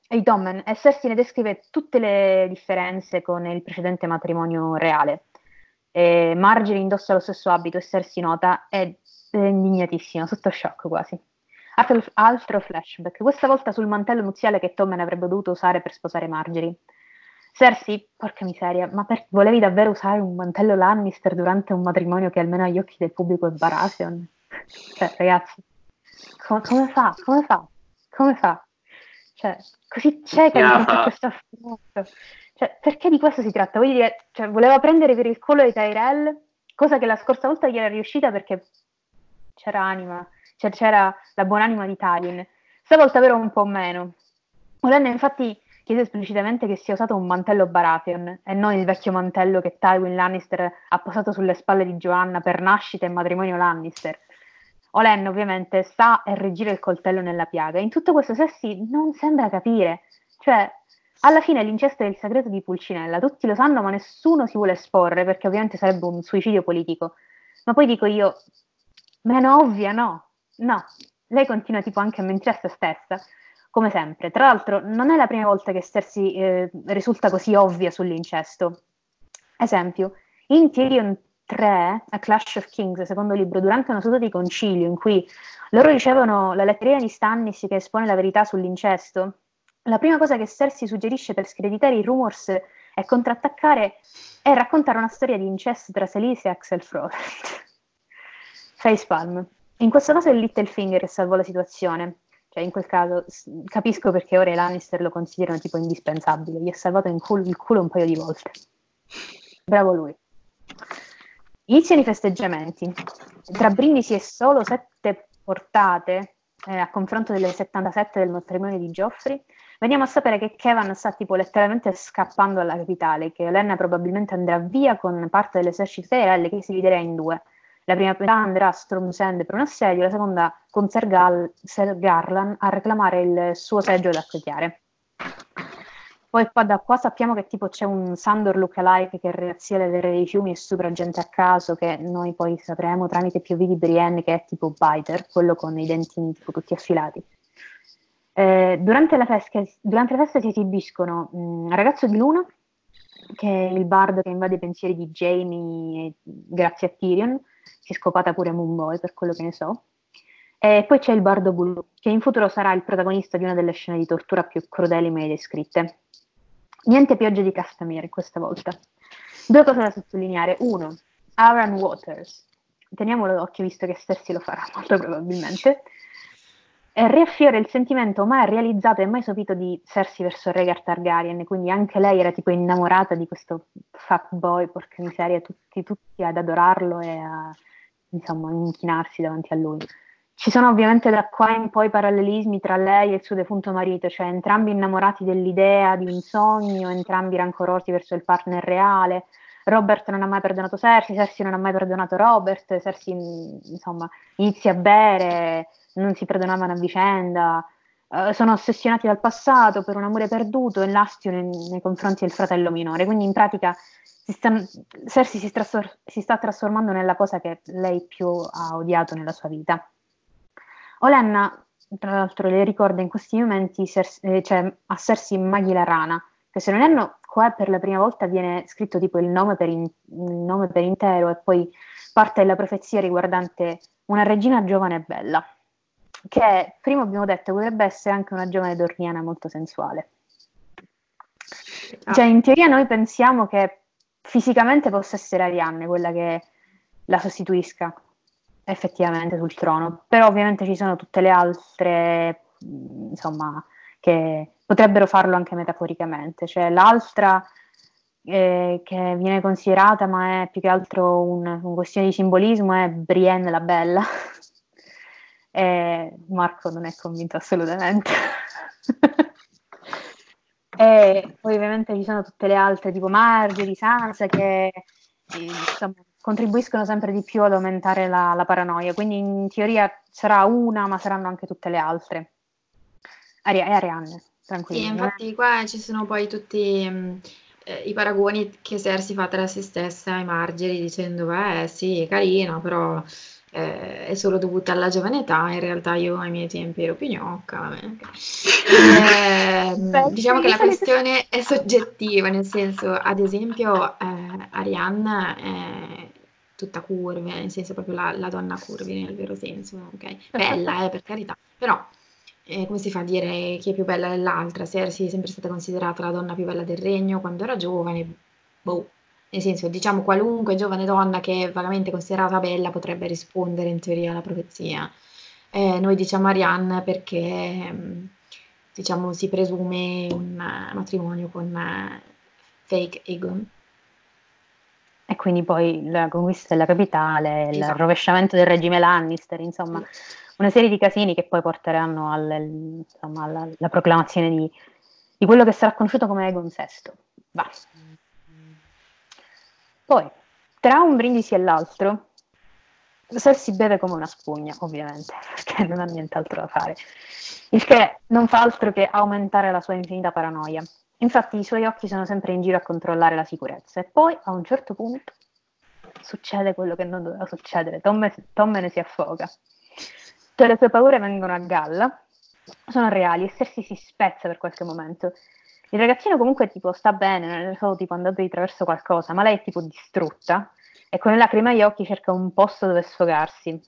i Tommen, e Cersei ne descrive tutte le differenze con il precedente matrimonio reale. Margaery indossa lo stesso abito e Cersei nota, è indignatissima, sotto shock quasi. Altro flashback, questa volta sul mantello nuziale che Tommen avrebbe dovuto usare per sposare Margaery. Cersei, porca miseria, ma volevi davvero usare un mantello Lannister durante un matrimonio che almeno agli occhi del pubblico è Baratheon? Cioè, ragazzi, come fa? Come fa? Cioè, così cieca di fronte a questo affronto. Cioè, perché di questo si tratta? Vuol dire, cioè, voleva prendere per il collo di Tyrell, cosa che la scorsa volta gli era riuscita perché c'era anima, cioè c'era la buonanima di Tywin. Stavolta però un po' meno. Olenna infatti chiede esplicitamente che sia usato un mantello Baratheon e non il vecchio mantello che Tywin Lannister ha posato sulle spalle di Joanna per nascita e matrimonio Lannister. Olenna ovviamente sta e rigira il coltello nella piaga. In tutto questo Cersei non sembra capire. Cioè, alla fine l'incesto è il segreto di Pulcinella, tutti lo sanno ma nessuno si vuole esporre perché ovviamente sarebbe un suicidio politico. Ma poi dico io, meno ovvia no. Lei continua tipo anche a mentire a se stessa, come sempre. Tra l'altro non è la prima volta che Cersei risulta così ovvia sull'incesto. Esempio, in Tyrion 3, A Clash of Kings, secondo libro, durante una seduta di concilio in cui loro ricevono la letterina di Stannis che espone la verità sull'incesto, la prima cosa che Cersei suggerisce per screditare i rumors e contrattaccare è raccontare una storia di incesto tra Selyse e Axel Froward. Facepalm. In questo caso è Littlefinger che salvò la situazione. Cioè, in quel caso capisco perché ora i Lannister lo considerano tipo indispensabile. Gli ha salvato il culo un paio di volte. Bravo lui. Iniziano i festeggiamenti. Tra brindisi e solo 7 portate, a confronto delle 77 del matrimonio di Joffrey, veniamo a sapere che Kevan sta tipo letteralmente scappando alla capitale, che Olenna probabilmente andrà via con parte dell'esercito Tyrell che si dividerà in 2. La prima metà andrà a Storm's End per un assedio, la seconda con Ser Garland a reclamare il suo seggio ad Acque Poi da qua sappiamo che tipo c'è un Sandor lookalike che è razziale del Re dei Fiumi e stupra gente a caso, che noi poi sapremo tramite POV di Brienne che è tipo Biter, quello con i dentini tipo tutti affilati. Durante la festa si esibiscono Ragazzo di Luna, che è il bardo che invade i pensieri di Jaime grazie a Tyrion, si è scopata pure Moonboy per quello che ne so. E poi c'è il bardo blu, che in futuro sarà il protagonista di una delle scene di tortura più crudeli mai descritte. Niente piogge di Castamere questa volta. 2 cose da sottolineare. 1. Aaron Waters. Teniamolo d'occhio visto che Cersei lo farà molto probabilmente. Riaffiora il sentimento mai realizzato e mai sopito di Cersei verso Rhaegar Targaryen, quindi anche lei era tipo innamorata di questo fuckboy, porca miseria, tutti ad adorarlo e a insomma inchinarsi davanti a lui. Ci sono ovviamente da qua in poi parallelismi tra lei e il suo defunto marito, cioè entrambi innamorati dell'idea di un sogno, entrambi rancorosi verso il partner reale. Robert non ha mai perdonato Cersei, Cersei non ha mai perdonato Robert, Cersei insomma inizia a bere, non si perdonavano a vicenda, sono ossessionati dal passato per un amore perduto e l'astio nei confronti del fratello minore, quindi in pratica Cersei si sta trasformando nella cosa che lei più ha odiato nella sua vita. Olenna, tra l'altro, le ricorda in questi momenti a Cersei Maghi la rana, che se non erro qua per la prima volta viene scritto tipo il nome per intero e poi parte della profezia riguardante una regina giovane e bella, che prima abbiamo detto potrebbe essere anche una giovane dorniana molto sensuale. Cioè in teoria noi pensiamo che fisicamente possa essere Arianne quella che la sostituisca effettivamente sul trono, però ovviamente ci sono tutte le altre insomma che potrebbero farlo anche metaforicamente, cioè l'altra che viene considerata ma è più che altro una questione di simbolismo è Brienne la bella e Marco non è convinto assolutamente. E poi ovviamente ci sono tutte le altre tipo Marjorie, Sansa che insomma contribuiscono sempre di più ad aumentare la paranoia, quindi in teoria sarà una, ma saranno anche tutte le altre. Arianne, tranquillo. Sì, infatti qua ci sono poi tutti i paragoni che Cersei fa tra se stessa e Marjorie dicendo sì, è carina, però è solo dovuta alla giovane età, in realtà io ai miei tempi ero più gnocca. Vabbè. Diciamo che la questione è soggettiva, nel senso, ad esempio, Arianna è tutta curve, nel senso proprio la donna curvi nel vero senso, ok? Bella, per carità, però come si fa a dire chi è più bella dell'altra? Cersei è sempre stata considerata la donna più bella del regno quando era giovane, boh. Nel senso, diciamo, qualunque giovane donna che è vagamente considerata bella potrebbe rispondere in teoria alla profezia. Noi diciamo Arianne perché, diciamo, si presume un matrimonio con Fake Aegon. E quindi poi la conquista della capitale, il Esatto. rovesciamento del regime Lannister, insomma, una serie di casini che poi porteranno alla proclamazione di quello che sarà conosciuto come Aegon VI. Va. Poi, tra un brindisi e l'altro, Cersei beve come una spugna, ovviamente, perché non ha nient'altro da fare, il che non fa altro che aumentare la sua infinita paranoia. Infatti i suoi occhi sono sempre in giro a controllare la sicurezza e poi a un certo punto succede quello che non doveva succedere, Tommen si affoga. Tutte le sue paure vengono a galla, sono reali e Cersei si spezza per qualche momento. Il ragazzino comunque tipo sta bene, non è solo tipo andato di traverso qualcosa, ma lei è tipo distrutta e con le lacrime agli occhi cerca un posto dove sfogarsi.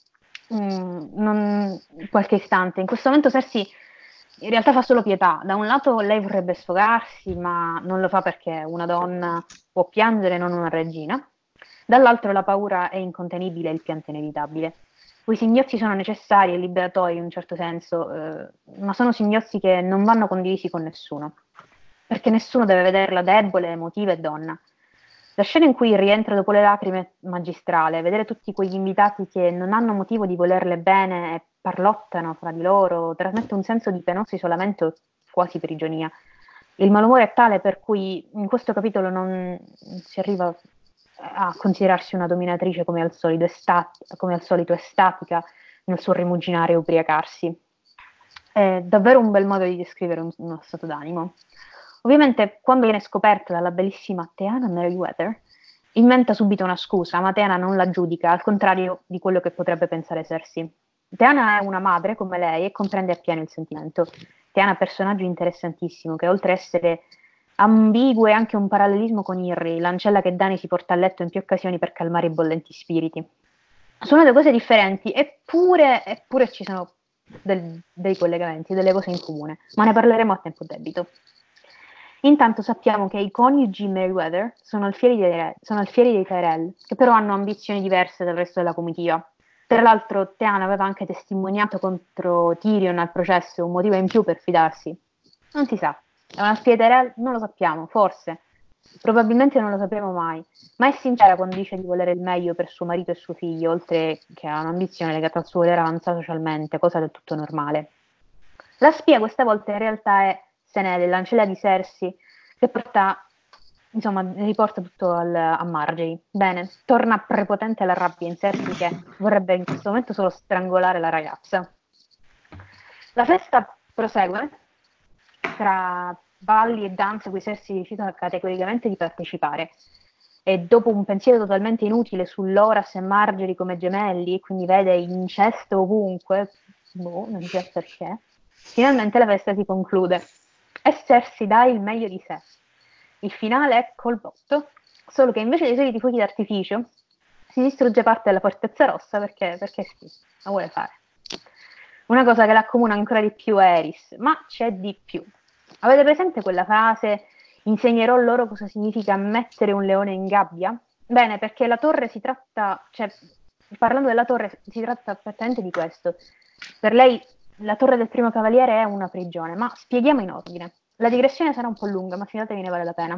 Qualche istante. In questo momento Cersei in realtà fa solo pietà. Da un lato lei vorrebbe sfogarsi, ma non lo fa perché una donna può piangere, non una regina. Dall'altro la paura è incontenibile e il pianto inevitabile. Quei singhiozzi sono necessari e liberatori in un certo senso, ma sono singhiozzi che non vanno condivisi con nessuno, perché nessuno deve vederla debole, emotiva e donna. La scena in cui rientra dopo le lacrime è magistrale, vedere tutti quegli invitati che non hanno motivo di volerle bene e parlottano fra di loro, trasmette un senso di penoso isolamento, quasi prigionia. Il malumore è tale per cui in questo capitolo non si arriva a considerarsi una dominatrice come al solito estatica nel suo rimuginare e ubriacarsi. È davvero un bel modo di descrivere uno stato d'animo. Ovviamente, quando viene scoperta dalla bellissima Theana Merryweather, inventa subito una scusa, ma Theana non la giudica, al contrario di quello che potrebbe pensare Cersei. Theana è una madre come lei e comprende appieno il sentimento. Theana è un personaggio interessantissimo che, oltre a essere ambiguo, è anche un parallelismo con Irri, l'ancella che Dany si porta a letto in più occasioni per calmare i bollenti spiriti. Sono due cose differenti, eppure ci sono dei collegamenti, delle cose in comune, ma ne parleremo a tempo debito. Intanto sappiamo che i coniugi Merryweather sono alfieri dei Tyrell, che però hanno ambizioni diverse dal resto della comitiva. Tra l'altro Theana aveva anche testimoniato contro Tyrion al processo, un motivo in più per fidarsi. Non si sa, è una spia Tyrell? Non lo sappiamo, forse. Probabilmente non lo sapremo mai, ma è sincera quando dice di volere il meglio per suo marito e suo figlio, oltre che a un'ambizione legata al suo volere avanzare socialmente, cosa del tutto normale. La spia questa volta in realtà è Senele, l'ancella di Cersei, che riporta tutto a Marjorie. Bene, torna prepotente la rabbia in Cersei che vorrebbe in questo momento solo strangolare la ragazza. La festa prosegue tra balli e danze cui Cersei rifiuta categoricamente di partecipare. E dopo un pensiero totalmente inutile sull'Horas e Marjorie come gemelli, quindi vede incesto ovunque, non si sa perché, finalmente la festa si conclude e Cersei dà il meglio di sé. Il finale è col botto, solo che invece dei soliti fuochi d'artificio si distrugge parte della Fortezza Rossa perché sì, la vuole fare. Una cosa che l'accomuna ancora di più è Aerys, ma c'è di più. Avete presente quella frase insegnerò loro cosa significa mettere un leone in gabbia? Bene, perché la torre si tratta, parlando della torre si tratta esattamente di questo. Per lei la torre del primo cavaliere è una prigione, ma spieghiamo in ordine. La digressione sarà un po' lunga, ma fidatevi ne vale la pena.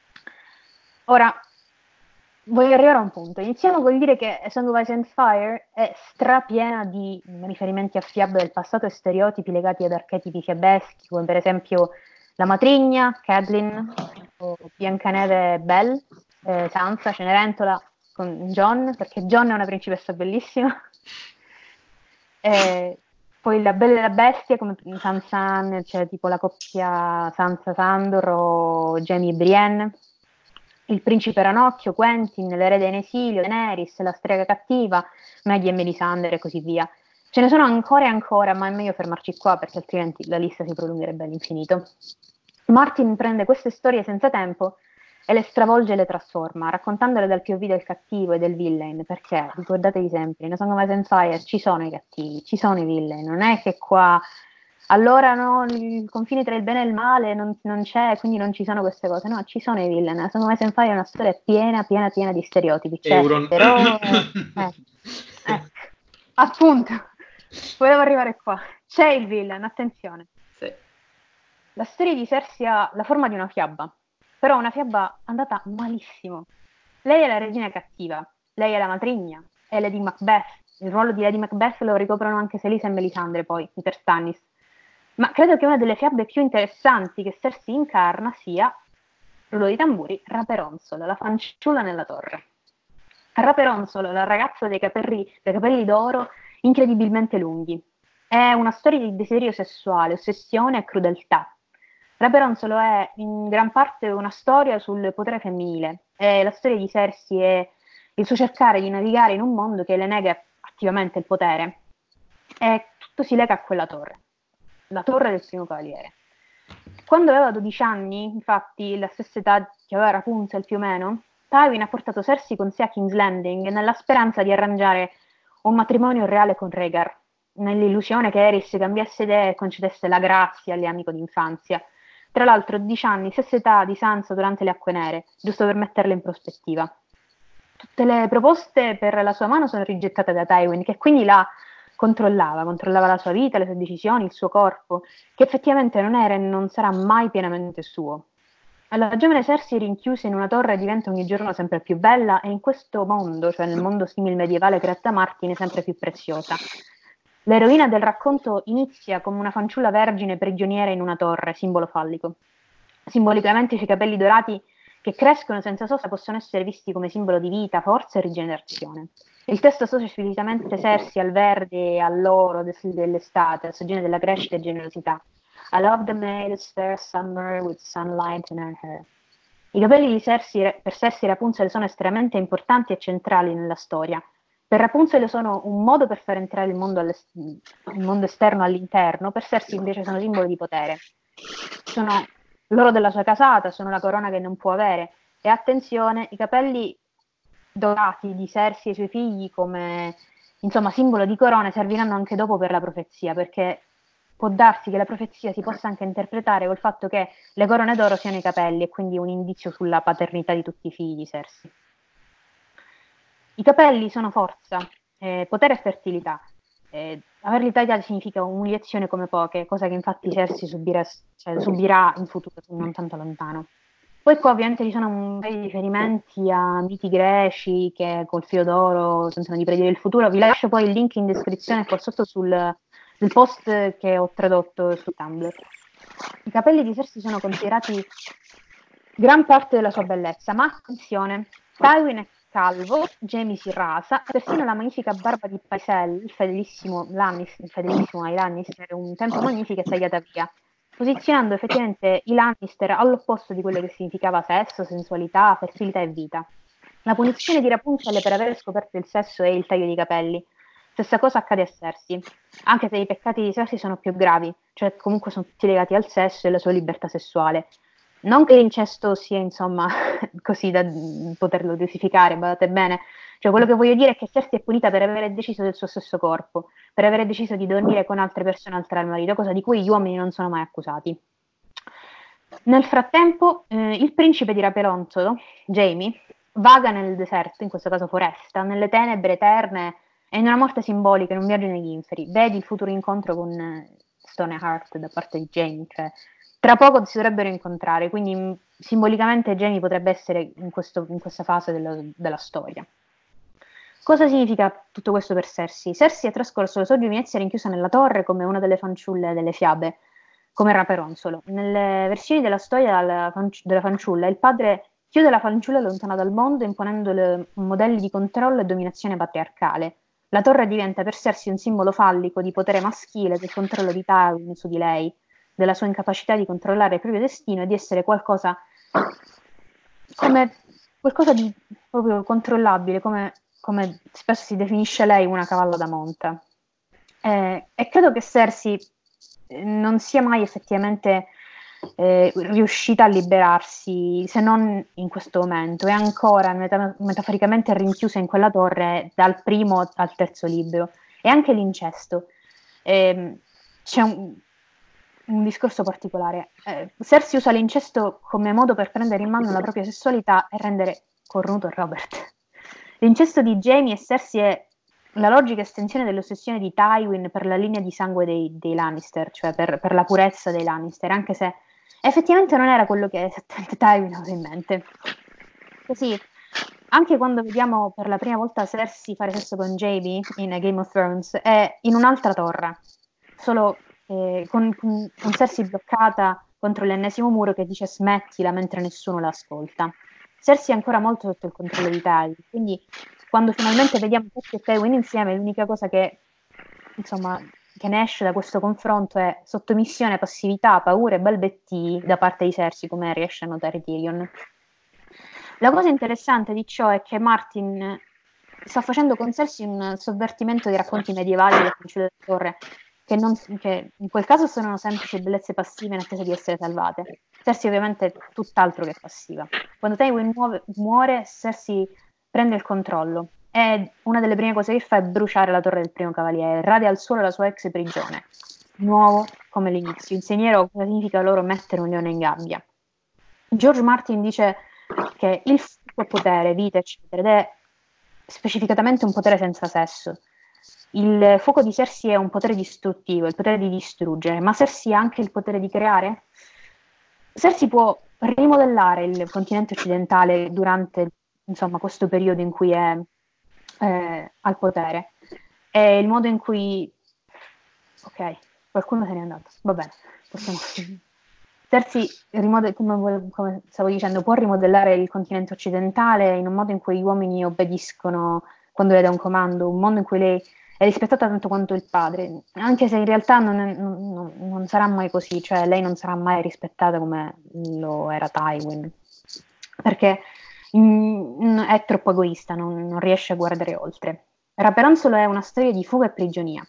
Ora, voglio arrivare a un punto. Iniziamo col dire che A Song of Ice and Fire è strapiena di riferimenti a fiabe del passato e stereotipi legati ad archetipi fiabeschi, come per esempio la matrigna, Catelyn, o Biancaneve Belle, Sansa, Cenerentola con Jon, perché Jon è una principessa bellissima. Poi la Bella e la Bestia come Sansa, cioè tipo la coppia Sansa-Sandor o Jaime e Brienne. il principe Ranocchio, Quentin, l'erede in esilio, Daenerys, la strega cattiva, Maggie e Melisandre e così via. Ce ne sono ancora e ancora, ma è meglio fermarci qua perché altrimenti la lista si prolungherebbe all'infinito. Martin prende queste storie senza tempo e le stravolge e le trasforma, raccontandole dal POV del cattivo e del villain, perché, ricordatevi sempre, in A Song of Ice and Fire ci sono i cattivi, ci sono i villain, non è che qua allora no, il confine tra il bene e il male non c'è, quindi non ci sono queste cose. No, ci sono i villain. La Song of Ice and Fire è una storia piena di stereotipi. Euron. Però, appunto, volevo arrivare qua. C'è il villain, attenzione. Sì. La storia di Cersei ha la forma di una fiaba, però una fiaba andata malissimo. Lei è la regina cattiva, lei è la matrigna, è Lady Macbeth. Il ruolo di Lady Macbeth lo ricoprono anche Selisa e Melisandre poi, Peter Stannis. Ma credo che una delle fiabe più interessanti che Cersei incarna sia, rullo di tamburi, Raperonzolo, la fanciulla nella torre. Raperonzolo, la ragazza dei capelli d'oro incredibilmente lunghi. È una storia di desiderio sessuale, ossessione e crudeltà. Raperonzolo è in gran parte una storia sul potere femminile. È la storia di Cersei e il suo cercare di navigare in un mondo che le nega attivamente il potere. E tutto si lega a quella torre. La torre del primo cavaliere. Quando aveva 12 anni, infatti, la stessa età che aveva Rapunzel più o meno, Tywin ha portato Cersei con sé a King's Landing nella speranza di arrangiare un matrimonio reale con Rhaegar, nell'illusione che Eris cambiasse idea e concedesse la grazia all'amico d'infanzia. Tra l'altro 12 anni, stessa età di Sansa durante le Acque Nere, giusto per metterle in prospettiva. Tutte le proposte per la sua mano sono rigettate da Tywin, che quindi la controllava la sua vita, le sue decisioni, il suo corpo, che effettivamente non era e non sarà mai pienamente suo. La giovane Cersei rinchiusa in una torre diventa ogni giorno sempre più bella e in questo mondo, cioè nel mondo simil medievale creato da Martin, sempre più preziosa. L'eroina del racconto inizia come una fanciulla vergine prigioniera in una torre, simbolo fallico. Simbolicamente i suoi capelli dorati che crescono senza sosta possono essere visti come simbolo di vita, forza e rigenerazione. Il testo associa esplicitamente Cersei al verde e all'oro dell'estate, al stagione della crescita e generosità. I love the male fair summer with sunlight in her hair. I capelli di Cersei, per Cersei e Rapunzel sono estremamente importanti e centrali nella storia. Per Rapunzel sono un modo per far entrare il mondo esterno all'interno, per Cersei invece sono simbolo di potere. Sono l'oro della sua casata, sono la corona che non può avere. E attenzione, i capelli dorati di Cersei e i suoi figli come simbolo di corone serviranno anche dopo per la profezia, perché può darsi che la profezia si possa anche interpretare col fatto che le corone d'oro siano i capelli e quindi un indizio sulla paternità di tutti i figli di Cersei. I capelli sono forza, potere e fertilità. Averli tagliati significa umiliazione come poche, cosa che infatti Cersei subirà in futuro, non tanto lontano. Poi qua ovviamente ci sono un paio di riferimenti a miti greci che col filo d'oro tentano di predire il futuro. Vi lascio poi il link in descrizione qua sotto sul post che ho tradotto su Tumblr. I capelli di Cersei sono considerati gran parte della sua bellezza, ma attenzione, Tywin è calvo, Jaime si rasa, persino la magnifica barba di Pycelle, il fedelissimo ai Lannister, un tempo magnifica, è tagliata via, posizionando effettivamente i Lannister all'opposto di quello che significava sesso, sensualità, fertilità e vita. La punizione di Rapunzel per aver scoperto il sesso è il taglio di capelli. Stessa cosa accade a Cersei, anche se i peccati di Cersei sono più gravi, cioè comunque sono tutti legati al sesso e alla sua libertà sessuale. Non che l'incesto sia, così da poterlo dosificare, badate bene. Cioè, quello che voglio dire è che Cersei è punita per avere deciso del suo stesso corpo, per avere deciso di dormire con altre persone oltre al marito, cosa di cui gli uomini non sono mai accusati. Nel frattempo, il principe di Raperonzolo, Jaime, vaga nel deserto, in questo caso foresta, nelle tenebre eterne e in una morte simbolica, in un viaggio negli inferi. Vedi il futuro incontro con Stoneheart da parte di Jaime, cioè tra poco si dovrebbero incontrare, quindi simbolicamente Jaime potrebbe essere in questa fase della storia. Cosa significa tutto questo per Cersei? Cersei ha trascorso la sua giovinezza rinchiusa nella torre come una delle fanciulle delle fiabe, come Raperonzolo. Nelle versioni della storia della fanciulla, il padre chiude la fanciulla lontana dal mondo imponendole modelli di controllo e dominazione patriarcale. La torre diventa per Cersei un simbolo fallico di potere maschile, del controllo di Tywin su di lei, della sua incapacità di controllare il proprio destino e di essere qualcosa come qualcosa di proprio controllabile, come spesso si definisce lei una cavalla da monte. E credo che Cersei non sia mai effettivamente riuscita a liberarsi, se non in questo momento, è ancora metaforicamente rinchiusa in quella torre dal primo al terzo libro. E anche l'incesto. C'è un discorso particolare. Cersei usa l'incesto come modo per prendere in mano la propria sessualità e rendere cornuto Robert. L'incesto di Jaime e Cersei è la logica estensione dell'ossessione di Tywin per la linea di sangue dei Lannister, cioè per la purezza dei Lannister, anche se effettivamente non era quello che esattamente Tywin aveva in mente. Così, anche quando vediamo per la prima volta Cersei fare sesso con Jaime in Game of Thrones, è in un'altra torre, solo con Cersei bloccata contro l'ennesimo muro che dice smettila mentre nessuno la ascolta. Cersei è ancora molto sotto il controllo di Tywin, quindi quando finalmente vediamo Cersei e Tywin insieme, l'unica cosa che, insomma, che ne esce da questo confronto è sottomissione, passività, paure e balbetti da parte di Cersei, come riesce a notare Tyrion. La cosa interessante di ciò è che Martin sta facendo con Cersei un sovvertimento dei racconti medievali delle fanciulle della torre, che in quel caso sono semplici bellezze passive in attesa di essere salvate. Cersei ovviamente è tutt'altro che passiva. Quando Tywin muore, Cersei prende il controllo e una delle prime cose che fa è bruciare la torre del primo cavaliere, radia al suolo la sua ex prigione, nuovo come l'inizio. Insegnero cosa significa loro mettere un leone in gabbia. George Martin dice che il fuoco è potere, vita, eccetera, ed è specificatamente un potere senza sesso. Il fuoco di Cersei è un potere distruttivo, il potere di distruggere, ma Cersei ha anche il potere di creare? Cersei può rimodellare il continente occidentale durante, insomma, questo periodo in cui è al potere. E il modo in cui... Ok, qualcuno se n'è andato, va bene, possiamo... Cersei, come stavo dicendo, può rimodellare il continente occidentale in un modo in cui gli uomini obbediscono quando le dà un comando, un mondo in cui lei è rispettata tanto quanto il padre, anche se in realtà non sarà mai così, cioè lei non sarà mai rispettata come lo era Tywin, perché è troppo egoista, non riesce a guardare oltre. Raperonzolo è una storia di fuga e prigionia.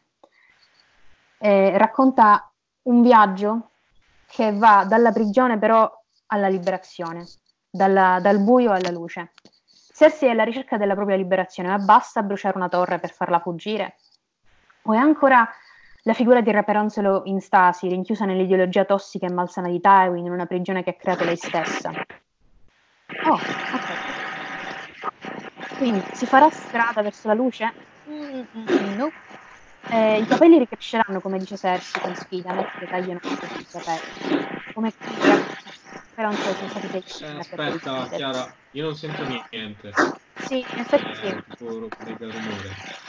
Racconta un viaggio che va dalla prigione però alla liberazione, dal buio alla luce. Cersei è alla ricerca della propria liberazione, ma basta bruciare una torre per farla fuggire? O è ancora la figura di Raperonzolo in stasi, rinchiusa nell'ideologia tossica e malsana di Tywin, in una prigione che ha creato lei stessa? Oh, ok. Quindi si farà strada verso la luce? No. I capelli ricresceranno, come dice Cersei, con sfida, mentre tagliano i capelli. Come Raperonzolo sono stati dei aspetta, Chiara, io non sento niente. Sì, in effetti sì. Tipo mega rumore.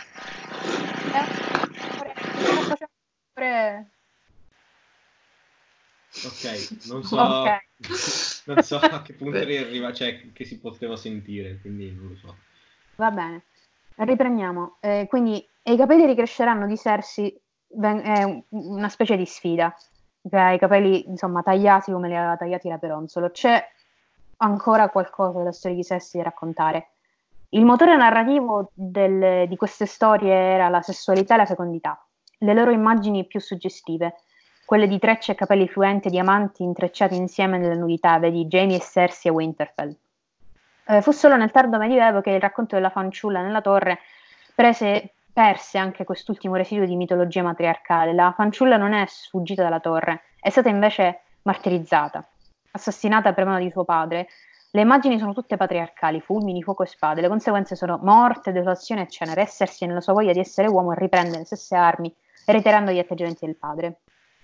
Ok, non so, Okay. non so a che punto arriva, cioè che si poteva sentire, quindi non lo so. Va bene, riprendiamo. Quindi i capelli ricresceranno di Cersei è una specie di sfida. I capelli, insomma, tagliati come li aveva tagliati Raperonzolo. C'è ancora qualcosa della storia di Cersei da raccontare. Il motore narrativo di queste storie era la sessualità e la fecondità, le loro immagini più suggestive, quelle di trecce e capelli fluenti e diamanti intrecciati insieme nella nudità, vedi Jaime e Cersei e Winterfell. Fu solo nel tardo medioevo che il racconto della fanciulla nella torre perse anche quest'ultimo residuo di mitologia matriarcale. La fanciulla non è sfuggita dalla torre, è stata invece martirizzata, assassinata per mano di suo padre. Le immagini sono tutte patriarcali, fulmini, fuoco e spade. Le conseguenze sono morte, desolazione e cenere. Essersi nella sua voglia di essere uomo e riprendere le stesse armi, reiterando gli atteggiamenti del padre.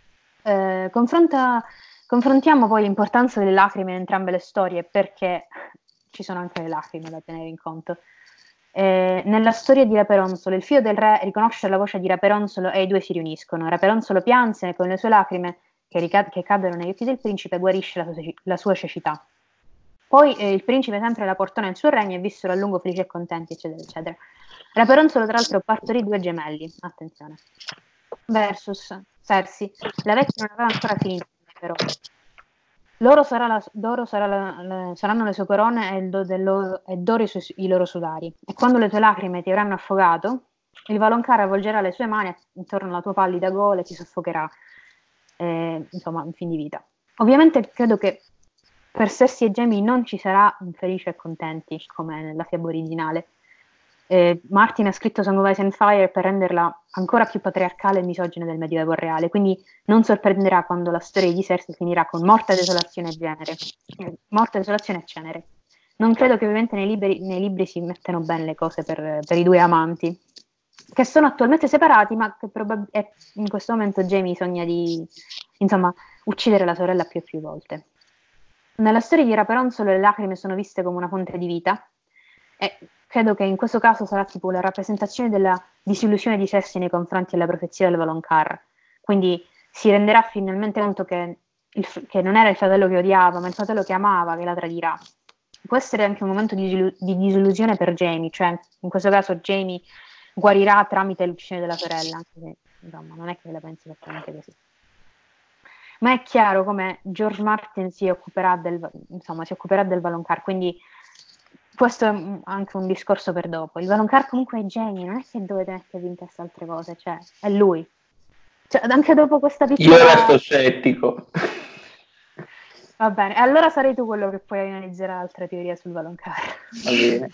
Confrontiamo poi l'importanza delle lacrime in entrambe le storie, perché ci sono anche le lacrime da tenere in conto. Nella storia di Raperonzolo, il figlio del re riconosce la voce di Raperonzolo e i due si riuniscono. Raperonzolo pianse e con le sue lacrime che cadono negli occhi del principe guarisce la sua cecità. Poi il principe sempre la portò nel suo regno e vissero a lungo felici e contenti, eccetera, eccetera. Raperonzolo, tra l'altro, partorì 2 gemelli, attenzione, versus Cersei. La vecchia non aveva ancora finito, però. saranno le sue corone e d'oro i loro sudari. E quando le tue lacrime ti avranno affogato, il Valonqar avvolgerà le sue mani intorno alla tua pallida gola e ti soffocherà, insomma, in fin di vita. Ovviamente credo che per Cersei e Jaime non ci sarà un felice e contenti come nella fiaba originale. Martin ha scritto Song of Ice and Fire per renderla ancora più patriarcale e misogina del Medioevo reale, quindi non sorprenderà quando la storia di Cersei finirà con morte, desolazione e cenere. Non credo che ovviamente nei libri si mettano bene le cose per i due amanti, che sono attualmente separati, ma che in questo momento Jaime sogna di, insomma, uccidere la sorella più e più volte. Nella storia di Raperon solo le lacrime sono viste come una fonte di vita, e credo che in questo caso sarà tipo la rappresentazione della disillusione di Cersei nei confronti della profezia del Valonqar. Quindi si renderà finalmente conto che non era il fratello che odiava, ma il fratello che amava che la tradirà. Può essere anche un momento di disillusione per Jaime, cioè in questo caso Jaime guarirà tramite l'uccisione della sorella, anche se insomma non è che la pensi esattamente così. Ma è chiaro come George Martin si occuperà del Valonqar, quindi questo è anche un discorso per dopo. Il Valonqar comunque è Jaime, non è che dovete mettervi in testa altre cose, cioè è lui. Cioè, anche dopo questa piccola... Io resto scettico. Va bene, allora sarai tu quello che poi analizzerà altre teorie sul Valonqar. Va bene.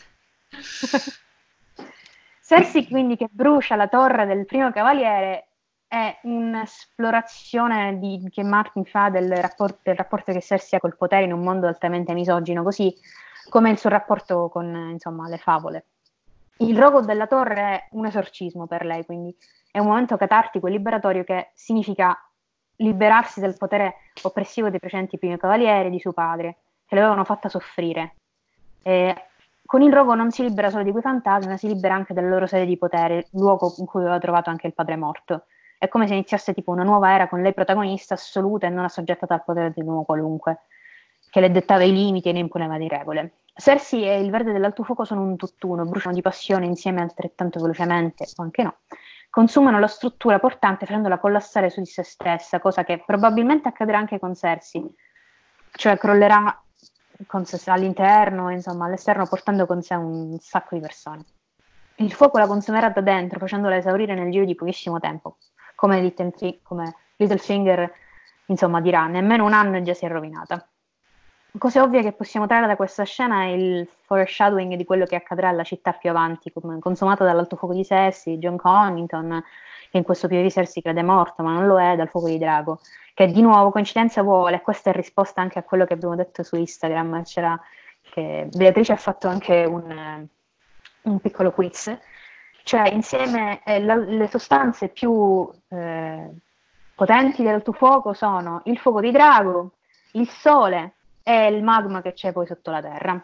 Cersei quindi che brucia la torre del primo cavaliere è un'esplorazione che Martin fa del rapporto che Cersei ha col potere in un mondo altamente misogino, così come il suo rapporto con, insomma, le favole. Il rogo della torre è un esorcismo per lei, quindi è un momento catartico e liberatorio che significa liberarsi dal potere oppressivo dei precedenti primi cavalieri, di suo padre, che l'avevano fatta soffrire. Con il rogo non si libera solo di quei fantasmi, ma si libera anche della loro sede di potere, luogo in cui aveva trovato anche il padre morto. È come se iniziasse tipo una nuova era con lei protagonista assoluta e non assoggettata al potere di un uomo qualunque, che le dettava i limiti e ne imponeva di regole. Cersei e il verde dell'alto fuoco sono un tutt'uno, bruciano di passione insieme altrettanto velocemente, o anche no. Consumano la struttura portante facendola collassare su di se stessa, cosa che probabilmente accadrà anche con Cersei, cioè crollerà all'interno, insomma, all'esterno, portando con sé un sacco di persone. Il fuoco la consumerà da dentro, facendola esaurire nel giro di pochissimo tempo, come Littlefinger, insomma, dirà, nemmeno un anno e già si è rovinata. Cose ovvie che possiamo trarre da questa scena è il foreshadowing di quello che accadrà alla città più avanti, consumata dall'alto fuoco di Cersei, Jon Connington, che in questo POV Cersei crede morto, ma non lo è, dal fuoco di drago, che di nuovo coincidenza vuole, e questa è risposta anche a quello che abbiamo detto su Instagram, c'era che Beatrice ha fatto anche un piccolo quiz, cioè insieme le sostanze più potenti dell'alto fuoco sono il fuoco di drago, il sole e il magma che c'è poi sotto la terra.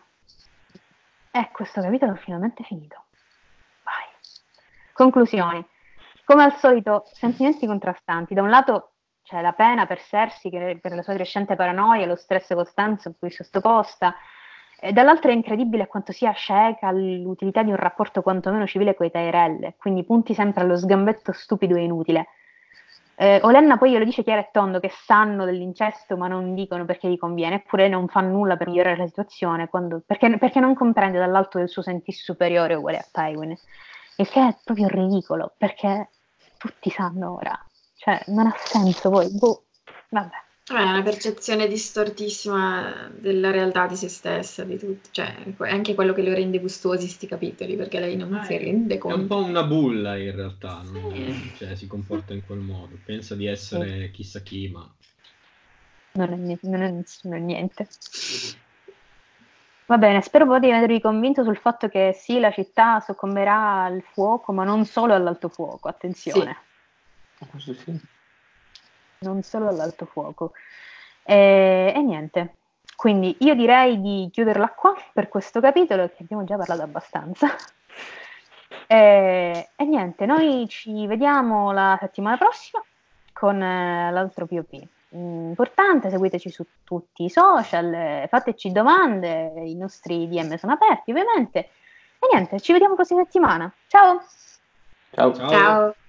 E questo capitolo è finalmente finito. Vai. Conclusioni. Come al solito, sentimenti contrastanti. Da un lato c'è la pena per Cersei, che per la sua crescente paranoia e lo stress costante a cui si è sottoposta, e dall'altro è incredibile quanto sia cieca l'utilità di un rapporto quantomeno civile coi Tyrell, quindi punti sempre allo sgambetto stupido e inutile. Olenna poi glielo dice chiaro e tondo che sanno dell'incesto ma non dicono perché gli conviene, eppure non fa nulla per migliorare la situazione, perché non comprende dall'alto del suo sentirsi superiore uguale a Tywin, il che è proprio ridicolo, perché tutti sanno ora, cioè non ha senso poi, vabbè. È una percezione distortissima della realtà di se stessa, di tutto, cioè è anche quello che lo rende gustosi sti capitoli, perché lei non si rende conto. È un po' una bulla in realtà, cioè si comporta in quel modo, pensa di essere chissà chi, ma non è niente. Va bene, spero poi di avervi convinto sul fatto che sì, la città soccomberà al fuoco, ma non solo all'alto fuoco, attenzione. Sì. Non solo all'alto fuoco. E niente, quindi io direi di chiuderla qua per questo capitolo, che abbiamo già parlato abbastanza. E niente, noi ci vediamo la settimana prossima con l'altro POP. Importante, seguiteci su tutti i social, fateci domande, i nostri DM sono aperti ovviamente. E niente, ci vediamo la prossima settimana. Ciao! Ciao! Ciao!